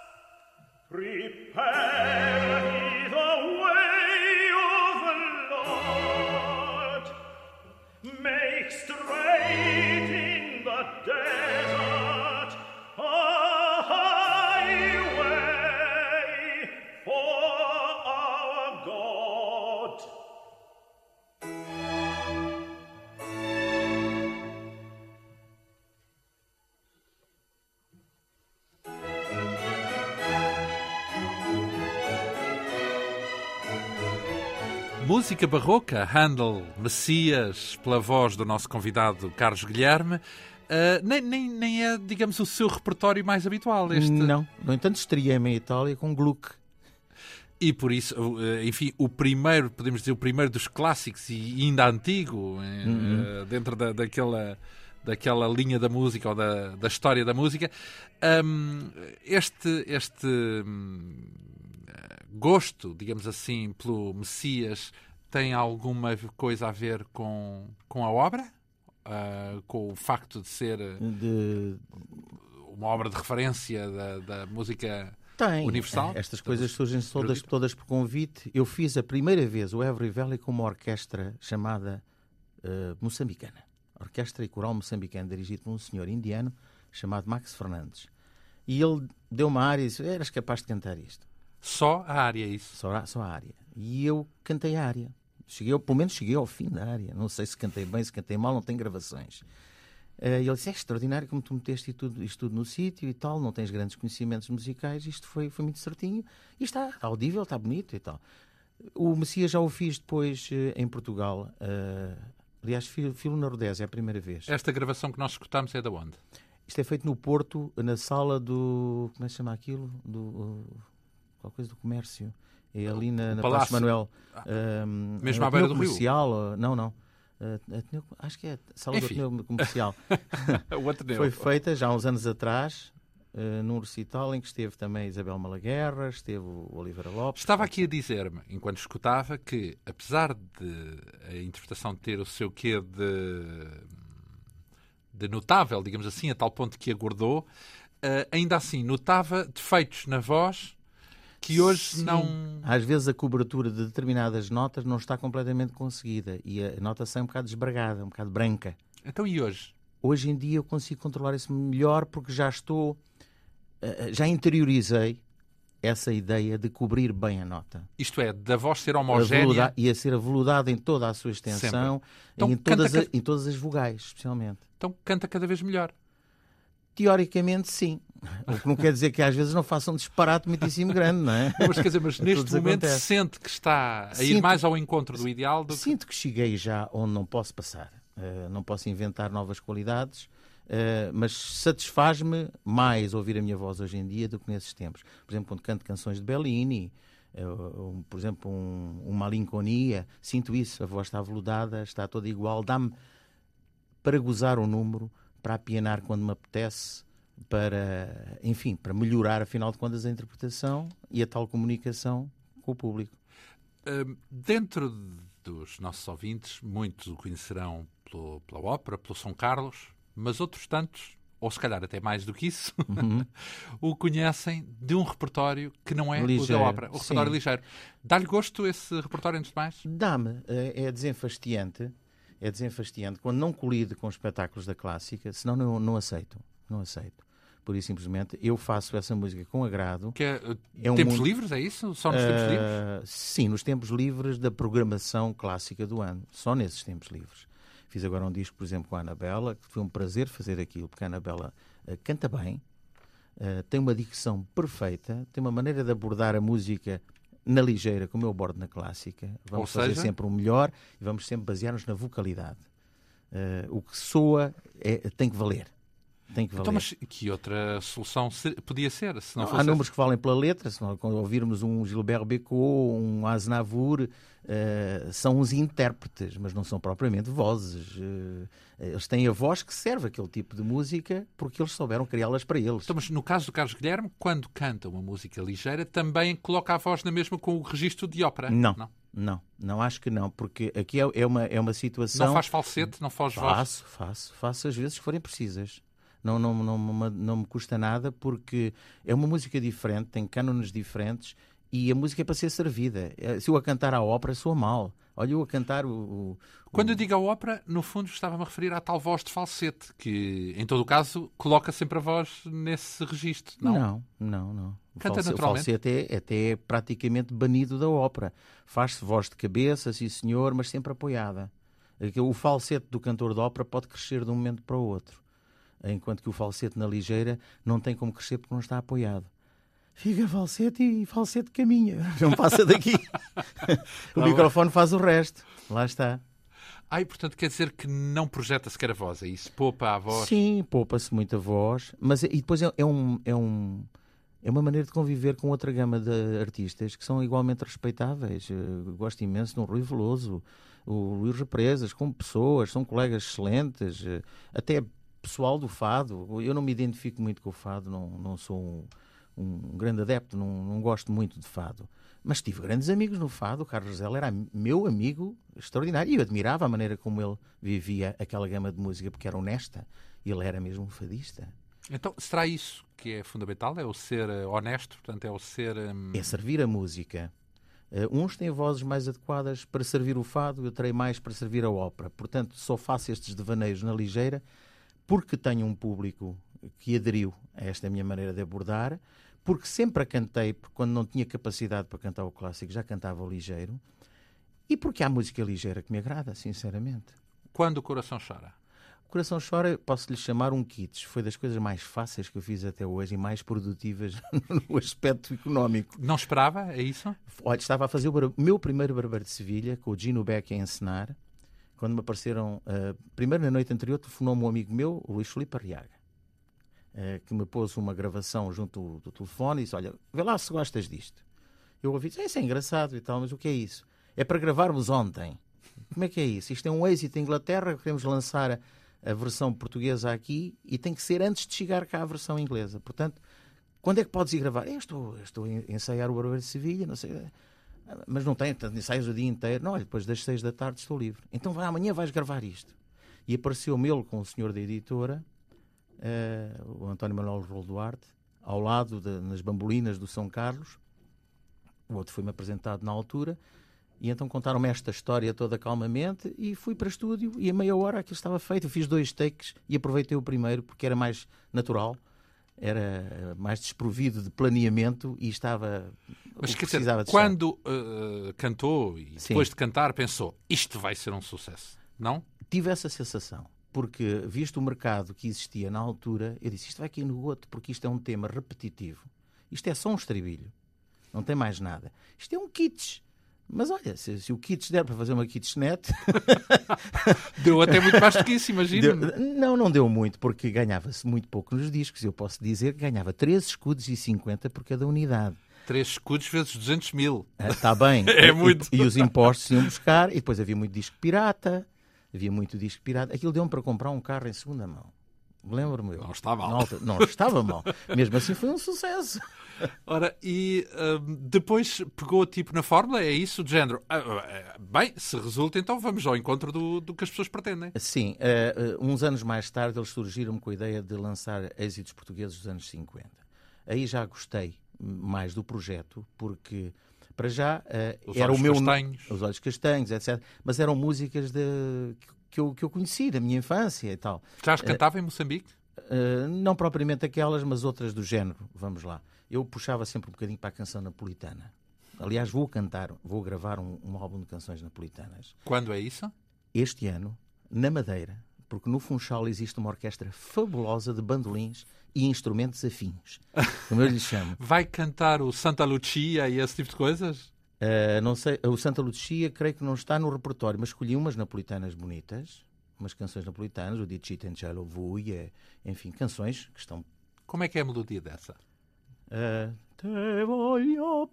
prepare ye the way of the Lord, make straight in the desert a highway for our God. Música barroca, Handel, Messias, pela voz do nosso convidado Carlos Guilherme. Uh, nem, nem, nem é, digamos, o seu repertório mais habitual este. Não, no entanto estreiei-me em Itália com Gluck. E por isso, enfim, o primeiro, podemos dizer, o primeiro dos clássicos e ainda antigo, uhum. uh, dentro da, daquela, daquela linha da música ou da, da história da música. Um, este... este um, gosto, digamos assim, pelo Messias tem alguma coisa a ver com, com a obra? Uh, com o facto de ser de... uma obra de referência da, da música tem. Universal? Estas coisas surgem todas, todas por convite. Eu fiz a primeira vez o Every Valley com uma orquestra chamada uh, moçambicana. Orquestra e coral moçambicana, dirigido por um senhor indiano chamado Max Fernandes. E ele deu uma área e disse, eras capaz de cantar isto. Só a área, isso? Só, só a área. E eu cantei a área. Cheguei, pelo menos cheguei ao fim da área. Não sei se cantei bem, se cantei mal, não tenho gravações. Uh, e ele disse, é extraordinário como tu meteste isto tudo, isto tudo no sítio e tal, não tens grandes conhecimentos musicais, isto foi, foi muito certinho. E está, está audível, está bonito e tal. O Messias já o fiz depois uh, em Portugal. Uh, aliás, filo, filo na Rodésia, é a primeira vez. Esta gravação que nós escutamos é de onde? Isto é feito no Porto, na sala do... Como é que se chama aquilo? Do, uh, qual coisa do comércio. É ali na, na Palácio Manuel. Um, Mesmo à beira do comercial, Rio? Não, não. Uh, Ateneu, acho que é a sala Enfim. do Ateneu Comercial. O Ateneu. Foi feita já há uns anos atrás, uh, num recital em que esteve também Isabel Malaguerra, esteve o Oliveira Lopes. Estava aqui a dizer-me, enquanto escutava, que apesar de a interpretação ter o seu quê de, de notável, digamos assim, a tal ponto que aguardou, uh, ainda assim notava defeitos na voz que hoje Sim. não... Às vezes a cobertura de determinadas notas não está completamente conseguida e a nota sai um bocado desbragada, um bocado branca. Então e hoje? Hoje em dia eu consigo controlar isso melhor porque já estou, já interiorizei essa ideia de cobrir bem a nota. Isto é, da voz ser A homogénea... veluda- e a ser aveludada em toda a sua extensão e Então em, canta todas ca- a- em todas as vogais, especialmente. Então canta cada vez melhor. Teoricamente, sim. O que não quer dizer que às vezes não faça um disparate muitíssimo grande, não é? Não, mas quer dizer, mas neste Tudo momento acontece. sente que está a ir Sinto- mais ao encontro do ideal do que... Sinto que cheguei já onde não posso passar. Uh, não posso inventar novas qualidades, uh, mas satisfaz-me mais ouvir a minha voz hoje em dia do que nesses tempos. Por exemplo, quando canto canções de Bellini, uh, um, por exemplo, um, uma Malinconia, sinto isso, a voz está aveludada, está toda igual, dá-me para gozar o número, para apianar quando me apetece, para, enfim, para melhorar, afinal de contas, a interpretação e a tal comunicação com o público. Hum, dentro dos nossos ouvintes, muitos o conhecerão pelo, pela ópera, pelo São Carlos, mas outros tantos, ou se calhar até mais do que isso, Uhum. o conhecem de um repertório que não é o Ligeiro, da ópera, o repertório sim. ligeiro. Dá-lhe gosto esse repertório, antes de mais? Dá-me, é é desenfastiante, é desenfastiante quando não colide com os espetáculos da clássica, senão não, não aceito, não aceito. Por isso, simplesmente, eu faço essa música com agrado. Que é, uh, É um tempos mundo- livres, é isso? Só nos tempos livres? Ah, sim, nos tempos livres da programação clássica do ano. Só nesses tempos livres. Fiz agora um disco, por exemplo, com a Anabela, que foi um prazer fazer aquilo, porque a Anabela ah, canta bem, ah, tem uma dicção perfeita, tem uma maneira de abordar a música na ligeira, como eu abordo na clássica. Vamos Ou fazer seja? sempre o melhor e vamos sempre basear-nos na vocalidade. Ah, o que soa é- tem que valer. Tem que valer. Então, mas que outra solução se- podia ser? Se não Não, fosse há números que valem pela letra, se nós quando ouvirmos um Gilbert Bécaud, um Aznavour, eh, são uns intérpretes, mas não são propriamente vozes. Eh, eles têm a voz que serve aquele tipo de música porque eles souberam criá-las para eles. Então, mas no caso do Carlos Guilherme, quando canta uma música ligeira, também coloca a voz na mesma com o registro de ópera? Não, Não, não, não acho que não, porque aqui é, é uma, é uma situação... Não faz falsete, não faz voz? Faço, faço, faço às vezes que forem precisas. Não, não, não, não, não me custa nada porque é uma música diferente, tem cânones diferentes e a música é para ser servida. Eh, Se eu a cantar à ópera, soa mal. Olha, eu a cantar o... o- Quando eu digo a ópera, no fundo estava-me a referir à tal voz de falsete, que, em todo o caso, coloca sempre a voz nesse registro, não? Não, não, não. O Canta false- naturalmente? O falsete é, até é praticamente banido da ópera. Faz-se voz de cabeça, sim senhor, mas sempre apoiada. O falsete do cantor de ópera pode crescer de um momento para o outro. Enquanto que o falsete na ligeira não tem como crescer porque não está apoiado. Fica falsete e falsete caminha. Não passa daqui. O Tá microfone faz o resto. Lá está. Ah, e portanto quer dizer que não projeta sequer a voz, é isso? Poupa a voz? Sim, poupa-se muita voz. Mas, e depois é, é, um, é, um, é uma maneira de conviver com outra gama de artistas que são igualmente respeitáveis. Eu gosto imenso de um Rui Veloso, o Luís Represas, como pessoas, são colegas excelentes. Até pessoal do fado. Eu não me identifico muito com o fado, não, não sou um, um grande adepto, não, não gosto muito de fado. Mas tive grandes amigos no fado. O Carlos Zela era meu amigo extraordinário e eu admirava a maneira como ele vivia aquela gama de música, porque era honesta. Ele era mesmo um fadista. Então, será isso que é fundamental? É o ser eh, honesto, portanto, é o ser... hum, É servir a música. Uh, uns têm vozes mais adequadas para servir o fado, eu terei mais para servir a ópera. Portanto, só faço estes devaneios na ligeira porque tenho um público que aderiu a esta minha maneira de abordar, porque sempre a cantei, porque quando não tinha capacidade para cantar o clássico já cantava o ligeiro, e porque há música ligeira que me agrada, sinceramente. Quando o coração chora? Coração Chora, posso-lhe chamar um kits. Foi das coisas mais fáceis que eu fiz até hoje e mais produtivas no aspecto económico. Não esperava? É isso? Olha, estava a fazer o bar- meu primeiro Barbeiro de Sevilha, com o Gino Beck a encenar, quando me apareceram... Uh, primeiro, na noite anterior, telefonou-me um amigo meu, o Luís Filipe Arriaga, uh, que me pôs uma gravação junto do, do telefone e disse, olha, vê lá se gostas disto. Eu ouvi, disse, isso é engraçado e tal, mas o que é isso? É para gravarmos ontem. Como é que é isso? Isto é um êxito em Inglaterra, queremos lançar a, a versão portuguesa aqui e tem que ser antes de chegar cá a versão inglesa. Portanto, quando é que podes ir gravar? Eu estou, eu estou a ensaiar o Barbeiro de Sevilha, não sei, mas não tenho, portanto, ensaios o dia inteiro. Não, olha, depois das seis da tarde estou livre. Então vai, amanhã vais gravar isto. E apareceu-me ele com o senhor da editora, uh, o António Manuel Rolo Duarte, ao lado, de, nas bambolinas do São Carlos. O outro foi-me apresentado na altura. E então contaram-me esta história toda calmamente e fui para estúdio e a meia hora aquilo estava feito. Eu fiz dois takes e aproveitei o primeiro porque era mais natural, era mais desprovido de planeamento e estava... Mas quer dizer, de quando uh, cantou e Sim. depois de cantar pensou, isto vai ser um sucesso, não? Tive essa sensação, porque visto o mercado que existia na altura, eu disse, isto vai cair no goto porque isto é um tema repetitivo. Isto é só um estribilho, não tem mais nada. Isto é um kitsch. Mas olha, se, se o kits der para fazer uma kitchenette... Deu até muito mais do que isso, imagino. Não, não deu muito, porque ganhava-se muito pouco nos discos. Eu posso dizer que ganhava três escudos e cinquenta por cada unidade. três escudos vezes duzentos mil. Está ah, bem. É muito. E, e os impostos iam buscar, e depois havia muito disco pirata. Havia muito disco pirata. Aquilo deu-me para comprar um carro em segunda mão. Lembro-me eu. Não está mal. Não, não estava mal. Mesmo assim foi um sucesso. Ora, e uh, depois pegou tipo na fórmula, é isso, de género? Uh, uh, bem, se resulta, então vamos ao encontro do, do que as pessoas pretendem. Sim, uh, uh, uns anos mais tarde eles surgiram-me com a ideia de lançar êxitos portugueses dos anos cinquenta. Aí já gostei mais do projeto, porque para já uh, era o meu... Castanhos. Os Olhos Castanhos, etcétera. Mas eram músicas de... que, eu, que eu conheci, da minha infância e tal. Já as cantava uh, em Moçambique? Uh, não propriamente aquelas, mas outras do género, vamos lá. Eu puxava sempre um bocadinho para a canção napolitana. Aliás, vou cantar, vou gravar um, um álbum de canções napolitanas. Quando é isso? Este ano, na Madeira, porque no Funchal existe uma orquestra fabulosa de bandolins e instrumentos afins, como eu lhe chamo. Vai cantar o Santa Lucia e esse tipo de coisas? Uh, não sei, o Santa Lucia creio que não está no repertório, mas escolhi umas napolitanas bonitas, umas canções napolitanas, o Dicite in cielo vui, enfim, canções que estão... Como é que é a melodia dessa? Uh, te voglio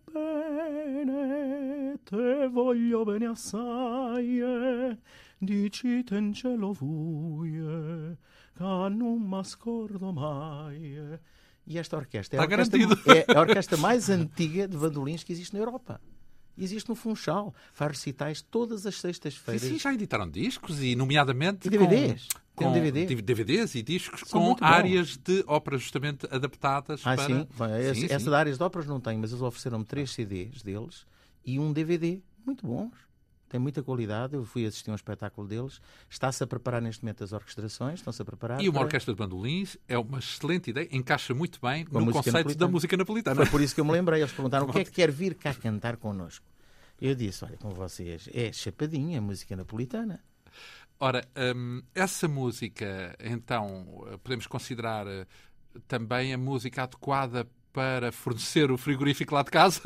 bene, te voglio bene assai, dicite in cielo vui, che non m'ascordo mai. E esta orquestra é a orquestra, é a orquestra mais antiga de bandolins que existe na Europa. Existe no Funchal. Faz recitais todas as sextas-feiras. Sim, sim, já editaram discos e, nomeadamente, e D V Ds. Com, com D V D. D V Ds e discos São com áreas de óperas justamente adaptadas ah, para... Sim. Bem, sim, essa sim. de áreas de óperas não tenho, mas eles ofereceram-me três C Ds deles e um D V D. Muito bons. Tem muita qualidade. Eu fui assistir a um espetáculo deles. Está-se a preparar neste momento as orquestrações. Estão-se a preparar. E uma para... orquestra de bandolins é uma excelente ideia. Encaixa muito bem com no conceito napolitana. da música napolitana. Foi por isso que eu me lembrei. Eles perguntaram o que é que quer vir cá cantar connosco. Eu disse, olha, com vocês, é chapadinha, música napolitana. Ora, hum, essa música, então, podemos considerar também a música adequada para fornecer o frigorífico lá de casa?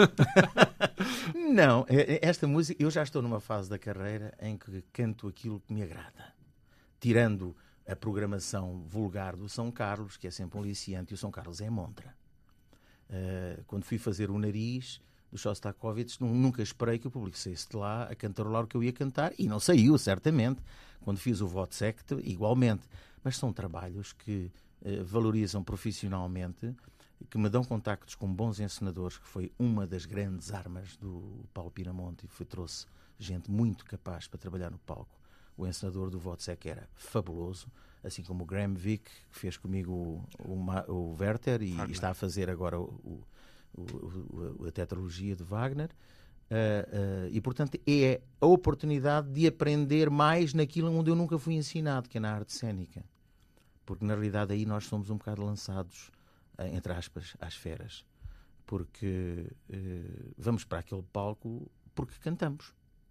Não, esta música, eu já estou numa fase da carreira em que canto aquilo que me agrada. Tirando a programação vulgar do São Carlos, que é sempre um aliciante, e o São Carlos é montra. Uh, quando fui fazer o Nariz do Shostakovich, nunca esperei que o público saísse de lá a cantarolar o que eu ia cantar, e não saiu, certamente. Quando fiz o Vodsect, igualmente. Mas são trabalhos que uh, valorizam profissionalmente, que me dão contactos com bons encenadores, que foi uma das grandes armas do Paulo Pinamonte, e foi, trouxe gente muito capaz para trabalhar no palco. O encenador do Vodsec era fabuloso, assim como o Graham Vick, que fez comigo o, o, o Werther, e, e está a fazer agora o, o, o, a tetralogia de Wagner. Uh, uh, e, portanto, é a oportunidade de aprender mais naquilo onde eu nunca fui ensinado, que é na arte cênica. Porque, na realidade, aí nós somos um bocado lançados, uh, entre aspas, às feras. Porque uh, vamos para aquele palco porque cantamos.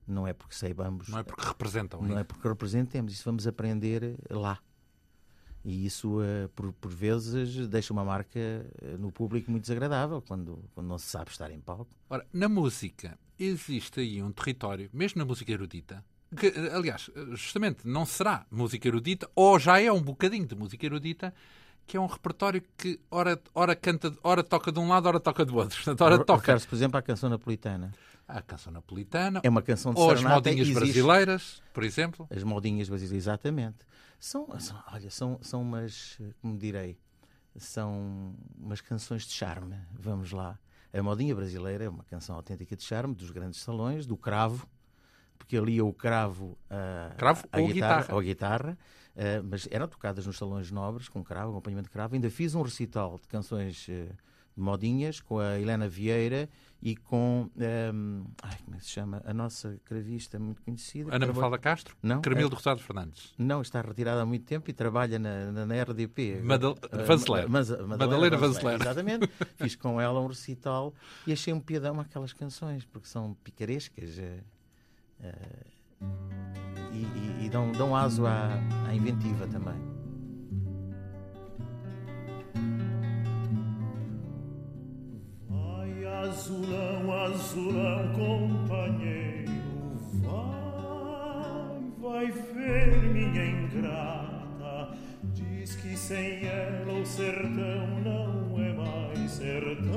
Não é porque saibamos... Não é porque representam. Não é porque representemos. Isso vamos aprender lá. E isso, por, por vezes, deixa uma marca no público muito desagradável, quando, quando não se sabe estar em palco. Ora, na música, existe aí um território, mesmo na música erudita, que, aliás, justamente não será música erudita, ou já é um bocadinho de música erudita, que é um repertório que ora, ora canta, ora toca de um lado, ora toca do outro. Portanto, ora toca... Refere-se, por exemplo, à canção napolitana. A canção napolitana. É uma canção de ou as serenata, modinhas existe... brasileiras, por exemplo. As modinhas brasileiras, exatamente. São, são, olha, são, são umas, como direi, são umas canções de charme. Vamos lá. A modinha brasileira é uma canção autêntica de charme, dos grandes salões, do cravo, porque ali é o cravo, a, cravo a, a ou guitarra, guitarra. ou a guitarra uh, mas eram tocadas nos salões nobres, com cravo, acompanhamento de cravo. Ainda fiz um recital de canções uh, de modinhas com a Helena Vieira e com, um, ai, como é que se chama? A nossa cravista muito conhecida. Ana Mafalda Castro? Não, Carmilo é... Rosado Fernandes? Não, está retirada há muito tempo e trabalha na, na, na R D P. Madal... Uh, Vanzeler. Ma, ma, Madalena, Madalena Vanzeler. Exatamente. Fiz com ela um recital e achei um piadão aquelas canções, porque são picarescas uh, uh, e, e, e dão, dão aso à, à inventiva também. Azulão, azulão, companheiro, vai, vai ver minha ingrata. Diz que sem ela o sertão não é mais sertão.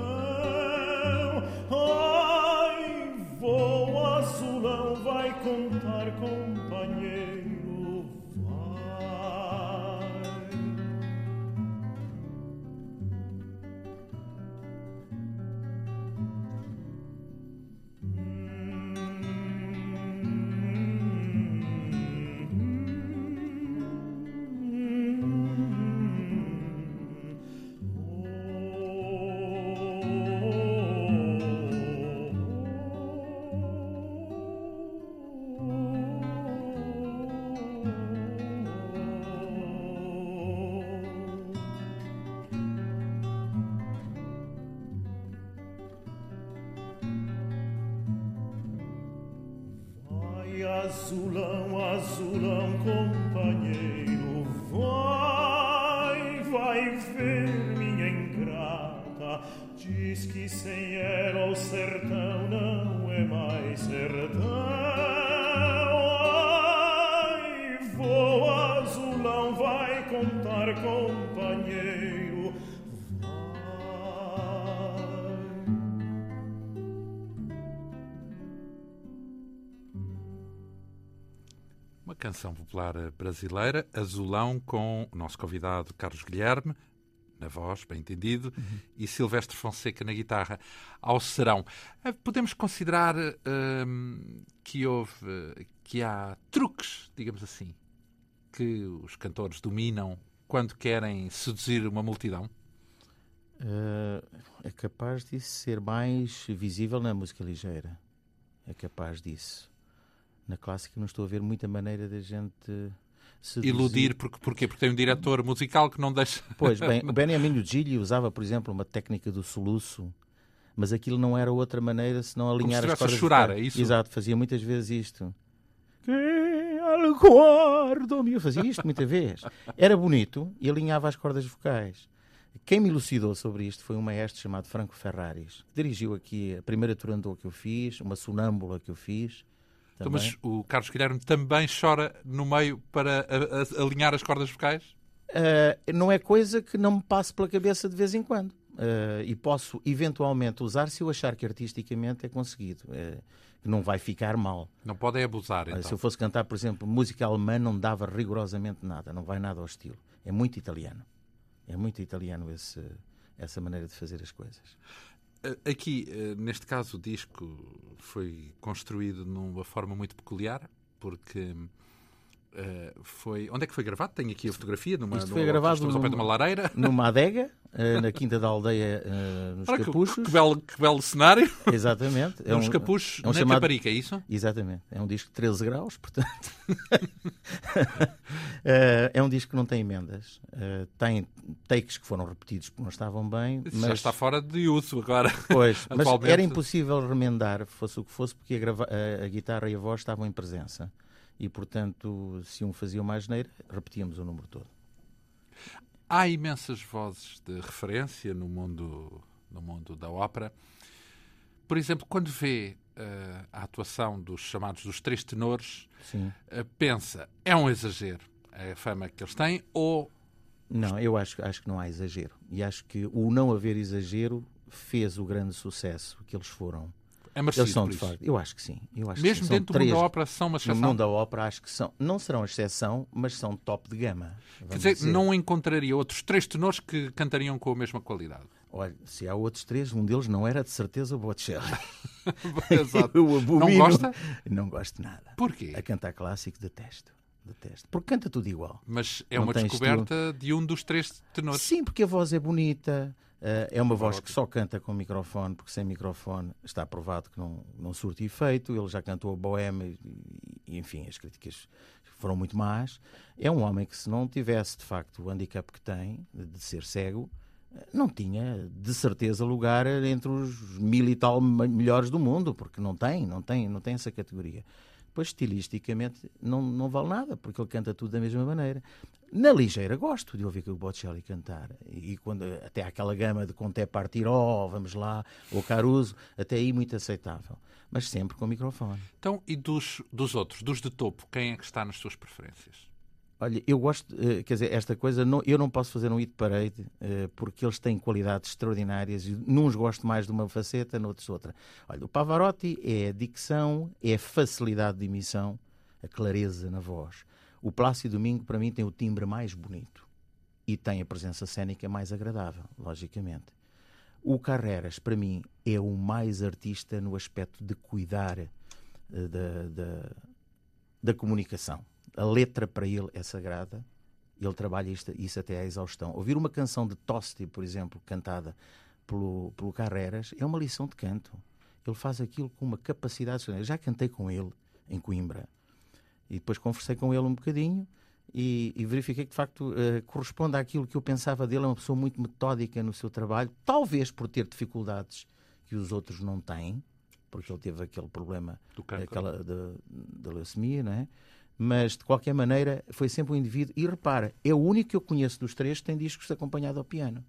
Ai, vou, azulão, vai contar, companheiro, vai. Azulão, azulão, companheiro, vai, vai ver minha ingrata. Diz que sem ela o sertão não é mais sertão. Ai, vou, azulão, vai contar, companheiro, Uma canção popular brasileira, Azulão, com o nosso convidado Carlos Guilherme, na voz, bem entendido, uhum. e Silvestre Fonseca na guitarra, ao serão. Podemos considerar hum, que houve, que há truques, digamos assim, que os cantores dominam quando querem seduzir uma multidão? Uh, é capaz disso ser mais visível na música ligeira. É capaz disso. Na clássica não estou a ver muita maneira da gente seduzir. Iludir, porque, porquê? Porque tem um diretor musical que não deixa... Pois, bem, o Beniamino Gigli usava, por exemplo, uma técnica do soluço, mas aquilo não era outra maneira senão alinhar Como se as cordas. a chorar, é isso? Exato, fazia muitas vezes isto. Que aguardo-me. Eu fazia isto muitas vezes. Era bonito e alinhava as cordas vocais. Quem me elucidou sobre isto foi um maestro chamado Franco Ferraris, que dirigiu aqui a primeira Turandot que eu fiz, uma sonâmbula que eu fiz. Então, mas o Carlos Guilherme também chora no meio para a, a, alinhar as cordas vocais? Uh, não é coisa que não me passe pela cabeça de vez em quando. Uh, e posso eventualmente usar se eu achar que artisticamente é conseguido. Uh, que não vai ficar mal. Não podem abusar, então. Uh, se eu fosse cantar, por exemplo, música alemã, não dava rigorosamente nada. Não vai nada ao estilo. É muito italiano. É muito italiano esse, essa maneira de fazer as coisas. Aqui, neste caso, o disco foi construído numa forma muito peculiar, porque uh, foi... Onde é que foi gravado? Tenho aqui a fotografia. Numa, Isto foi numa, gravado estamos ao pé de uma lareira. numa adega, uh, na Quinta da Aldeia, uh, nos Olha, Capuchos. Que, que, belo, que belo cenário. Exatamente. É nos um, Capuchos, é um na chamado... Caparica, é isso? Exatamente. É um disco de treze graus, portanto... uh, é um disco que não tem emendas. Uh, tem takes que foram repetidos porque não estavam bem. Isso mas... já está fora de uso agora. Pois, mas era impossível remendar, fosse o que fosse, porque a, grava... a, a guitarra e a voz estavam em presença. E, portanto, se um fazia uma asneira, repetíamos o número todo. Há imensas vozes de referência no mundo, no mundo da ópera. Por exemplo, quando vê uh, a atuação dos chamados dos três tenores, uh, pensa, é um exagero a fama que eles têm, ou... Não, eu acho, acho que não há exagero. E acho que o não haver exagero fez o grande sucesso que eles foram. É merecido, eles são, por de isso. facto. Eu acho que sim. Eu acho Mesmo que sim. dentro três... do mundo da ópera são uma exceção? No mundo da ópera acho que são. Não serão exceção, mas são top de gama. Quer dizer, dizer, não encontraria outros três tenores que cantariam com a mesma qualidade? Olha, se há outros três, um deles não era de certeza o Botticelli. Exato. Eu abomino. Não gosta? Não gosto de nada. Porquê? A cantar clássico detesto. Detesto. Porque canta tudo igual. Mas é não uma descoberta estilo... de um dos três tenores. Sim, porque a voz é bonita. Uh, é uma voz que só canta com microfone, porque sem microfone está provado que não, não surte efeito. Ele já cantou a Bohème e, enfim, as críticas foram muito más. É um homem que, se não tivesse, de facto, o handicap que tem, de ser cego, não tinha, de certeza, lugar entre os mil e tal melhores do mundo, porque não tem, não tem, não tem essa categoria. Depois, estilisticamente, não, não vale nada, porque ele canta tudo da mesma maneira. Na ligeira, gosto de ouvir o Botticelli cantar. E quando, até aquela gama de Conté Partiró, vamos lá, ou Caruso, até aí muito aceitável. Mas sempre com microfone. Então, e dos, dos outros, dos de topo, quem é que está nas suas preferências? Olha, eu gosto, quer dizer, esta coisa, não, eu não posso fazer um hit parade, porque eles têm qualidades extraordinárias e nuns gosto mais de uma faceta, noutros outra. Olha, o Pavarotti é a dicção, é a facilidade de emissão, a clareza na voz. O Plácido Domingo, para mim, tem o timbre mais bonito e tem a presença cênica mais agradável, logicamente. O Carreras, para mim, é o mais artista no aspecto de cuidar uh, da, da, da comunicação. A letra para ele é sagrada, ele trabalha isto, isso até à exaustão. Ouvir uma canção de Tosti, por exemplo, cantada pelo, pelo Carreras, é uma lição de canto. Ele faz aquilo com uma capacidade. Eu já cantei com ele em Coimbra e depois conversei com ele um bocadinho e, e verifiquei que, de facto, uh, corresponde àquilo que eu pensava dele. É uma pessoa muito metódica no seu trabalho, talvez por ter dificuldades que os outros não têm, porque ele teve aquele problema aquela da leucemia, não é? Mas, de qualquer maneira, foi sempre um indivíduo. E repara, é o único que eu conheço dos três que tem discos acompanhado ao piano.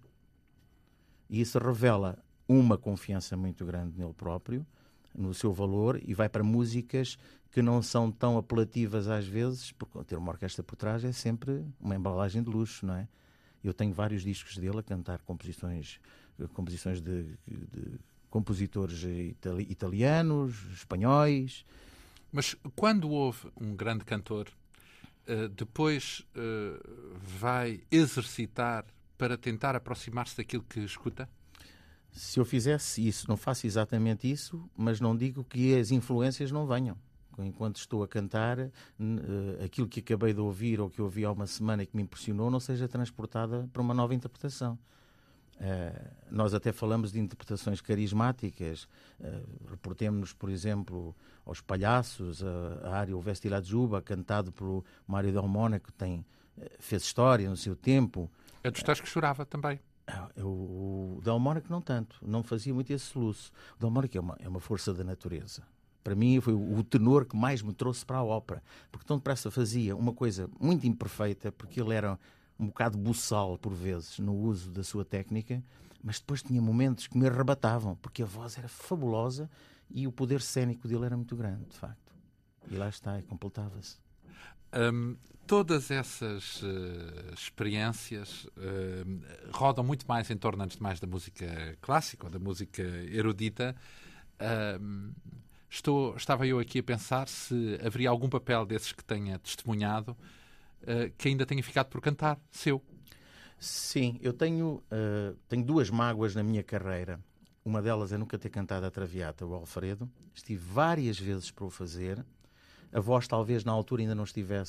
E isso revela uma confiança muito grande nele próprio, no seu valor, e vai para músicas que não são tão apelativas às vezes, porque ter uma orquestra por trás é sempre uma embalagem de luxo, não é? Eu tenho vários discos dele a cantar composições, composições de, de compositores itali- italianos, espanhóis. Mas quando houve um grande cantor, uh, depois uh, vai exercitar para tentar aproximar-se daquilo que escuta? Se eu fizesse isso, não faço exatamente isso, mas não digo que as influências não venham. Enquanto estou a cantar, uh, aquilo que acabei de ouvir ou que ouvi há uma semana e que me impressionou não seja transportada para uma nova interpretação. Uh, nós até falamos de interpretações carismáticas, uh, reportemos-nos, por exemplo, aos Palhaços, a, a área O Vestila Juba, cantado pelo Mário Del Mónaco, que tem, uh, fez história no seu tempo. É dos tais que chorava também. Uh, o, o Del Mónaco não tanto, não fazia muito esse soluço. O Del Mónaco é uma, é uma força da natureza. Para mim foi o, o tenor que mais me trouxe para a ópera, porque tão depressa fazia uma coisa muito imperfeita, porque ele era um bocado buçal, por vezes, no uso da sua técnica, mas depois tinha momentos que me arrebatavam, porque a voz era fabulosa e o poder cênico dele era muito grande, de facto. E lá está, e completava-se. Um, todas essas uh, experiências uh, rodam muito mais em torno, antes de mais, da música clássica ou da música erudita. Um, estou, estava eu aqui a pensar se haveria algum papel desses que tenha testemunhado Uh, que ainda tenha ficado por cantar, seu. Sim, eu tenho, uh, tenho duas mágoas na minha carreira. Uma delas é nunca ter cantado a Traviata, o Alfredo. Estive várias vezes para o fazer. A voz talvez na altura ainda não estivesse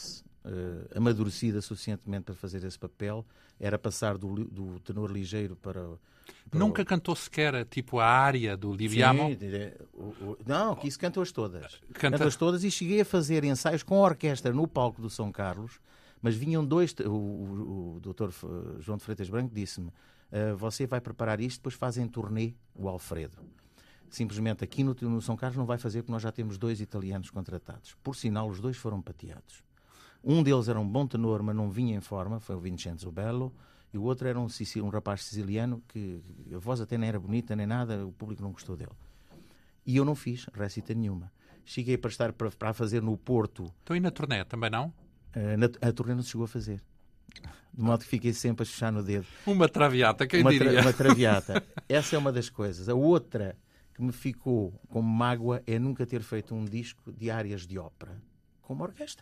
uh, amadurecida suficientemente para fazer esse papel. Era passar do, do tenor ligeiro para... para Nunca o... cantou sequer, tipo, a área do Liviamo? Sim, o, o, não, que isso cantou-as todas. Canta... Cantou-as todas e cheguei a fazer ensaios com a orquestra no palco do São Carlos, mas vinham dois... O, o, o doutor João de Freitas Branco disse-me, uh, você vai preparar isto, depois fazem turnê o Alfredo. Simplesmente aqui no, no São Carlos não vai fazer, porque nós já temos dois italianos contratados. Por sinal, os dois foram pateados. Um deles era um bom tenor, mas não vinha em forma, foi o Vincenzo Bello, e o outro era um, um rapaz siciliano que a voz até nem era bonita nem nada, o público não gostou dele. E eu não fiz recita nenhuma. Cheguei para estar para, para fazer no Porto. Então e na turnê também não? Uh, na, a turnê não se chegou a fazer. De modo que fiquei sempre a chuchar no dedo. Uma traviata, quem uma diria? Tra, uma traviata. Essa é uma das coisas. A outra que me ficou como mágoa é nunca ter feito um disco de áreas de ópera com uma orquestra.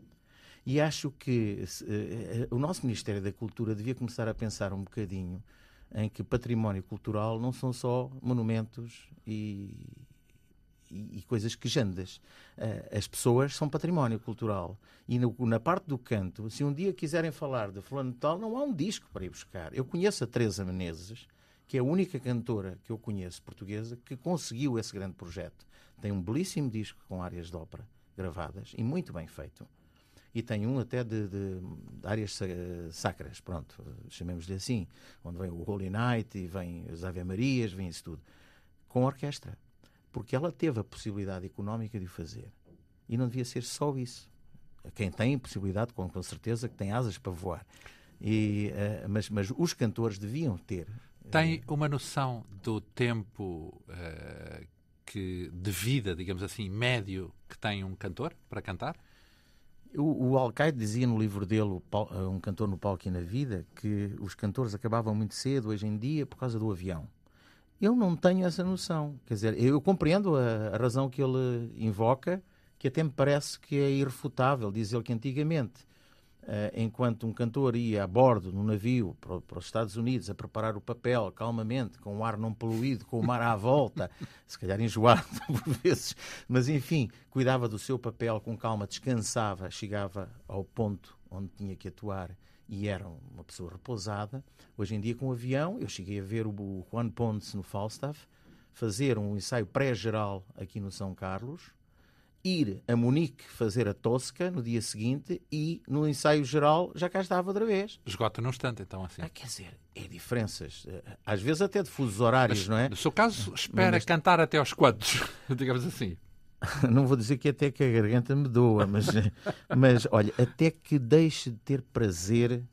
E acho que uh, o nosso Ministério da Cultura devia começar a pensar um bocadinho em que património cultural não são só monumentos e, e, e coisas quejandas. Uh, as pessoas são património cultural. E no, na parte do canto, se um dia quiserem falar de fulano de tal, não há um disco para ir buscar. Eu conheço a Teresa Menezes, que é a única cantora que eu conheço portuguesa que conseguiu esse grande projeto. Tem um belíssimo disco com áreas de ópera gravadas e muito bem feito. E tem um até de, de, de áreas sacras, pronto, chamemos-lhe assim, onde vem o Holy Night e vem as Ave Marias, vem isso tudo, com orquestra. Porque ela teve a possibilidade económica de o fazer. E não devia ser só isso. Quem tem possibilidade, com, com certeza, que tem asas para voar. E, uh, mas, mas os cantores deviam ter... Tem uma noção do tempo uh, que, de vida, digamos assim, médio, que tem um cantor para cantar? O, o Alcaide dizia no livro dele, Um Cantor no Palco e na Vida, que os cantores acabavam muito cedo hoje em dia por causa do avião. Eu não tenho essa noção. Quer dizer, eu compreendo a, a razão que ele invoca, que até me parece que é irrefutável. Diz ele que antigamente, Uh, enquanto um cantor ia a bordo no navio para, para os Estados Unidos a preparar o papel calmamente, com o ar não poluído, com o mar à volta, se calhar enjoado por vezes, mas enfim, cuidava do seu papel com calma, descansava, chegava ao ponto onde tinha que atuar e era uma pessoa repousada. Hoje em dia, com o avião, eu cheguei a ver o Juan Ponce no Falstaff fazer um ensaio pré-geral aqui no São Carlos, ir a Munique fazer a Tosca no dia seguinte e no ensaio geral já cá estava outra vez. Esgota num instante, então, assim. Ah, quer dizer, é diferenças. Às vezes até de fusos horários, mas, não é? No seu caso, espera mas... cantar até aos quantos, digamos assim. Não vou dizer que até que a garganta me doa, mas, mas olha, até que deixe de ter prazer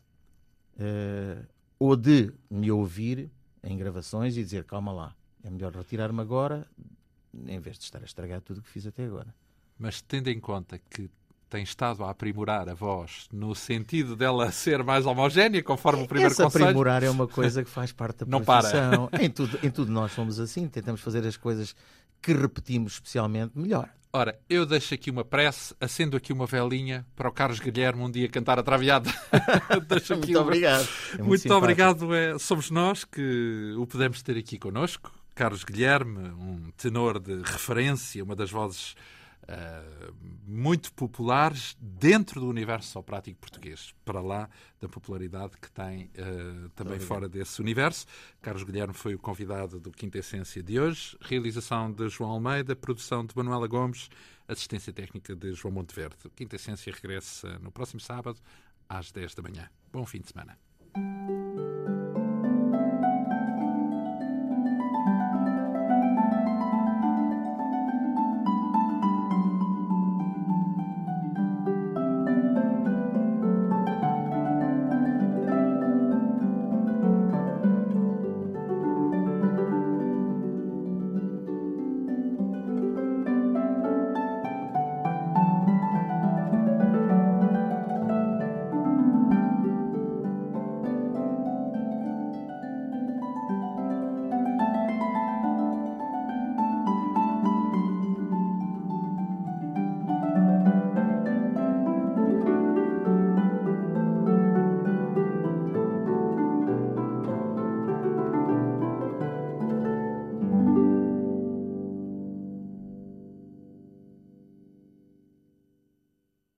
uh, ou de me ouvir em gravações e dizer, calma lá, é melhor retirar-me agora em vez de estar a estragar tudo o que fiz até agora. Mas tendo em conta que tem estado a aprimorar a voz no sentido dela ser mais homogénea, conforme o primeiro Esse conselho... aprimorar é uma coisa que faz parte da não profissão. Para. Em tudo, em tudo nós somos assim, tentamos fazer as coisas que repetimos especialmente melhor. Ora, eu deixo aqui uma prece, acendo aqui uma velinha para o Carlos Guilherme um dia cantar a Traviata. Deixo aqui muito uma... obrigado. É muito muito obrigado. É, somos nós que o podemos ter aqui connosco. Carlos Guilherme, um tenor de referência, uma das vozes Uh, muito populares dentro do universo operático português, para lá da popularidade que tem uh, também fora desse universo. Carlos Guilherme foi o convidado do Quinta Essência de hoje. Realização de João Almeida, produção de Manuela Gomes, assistência técnica de João Monteverde. O Quinta Essência regressa no próximo sábado às dez da manhã. Bom fim de semana.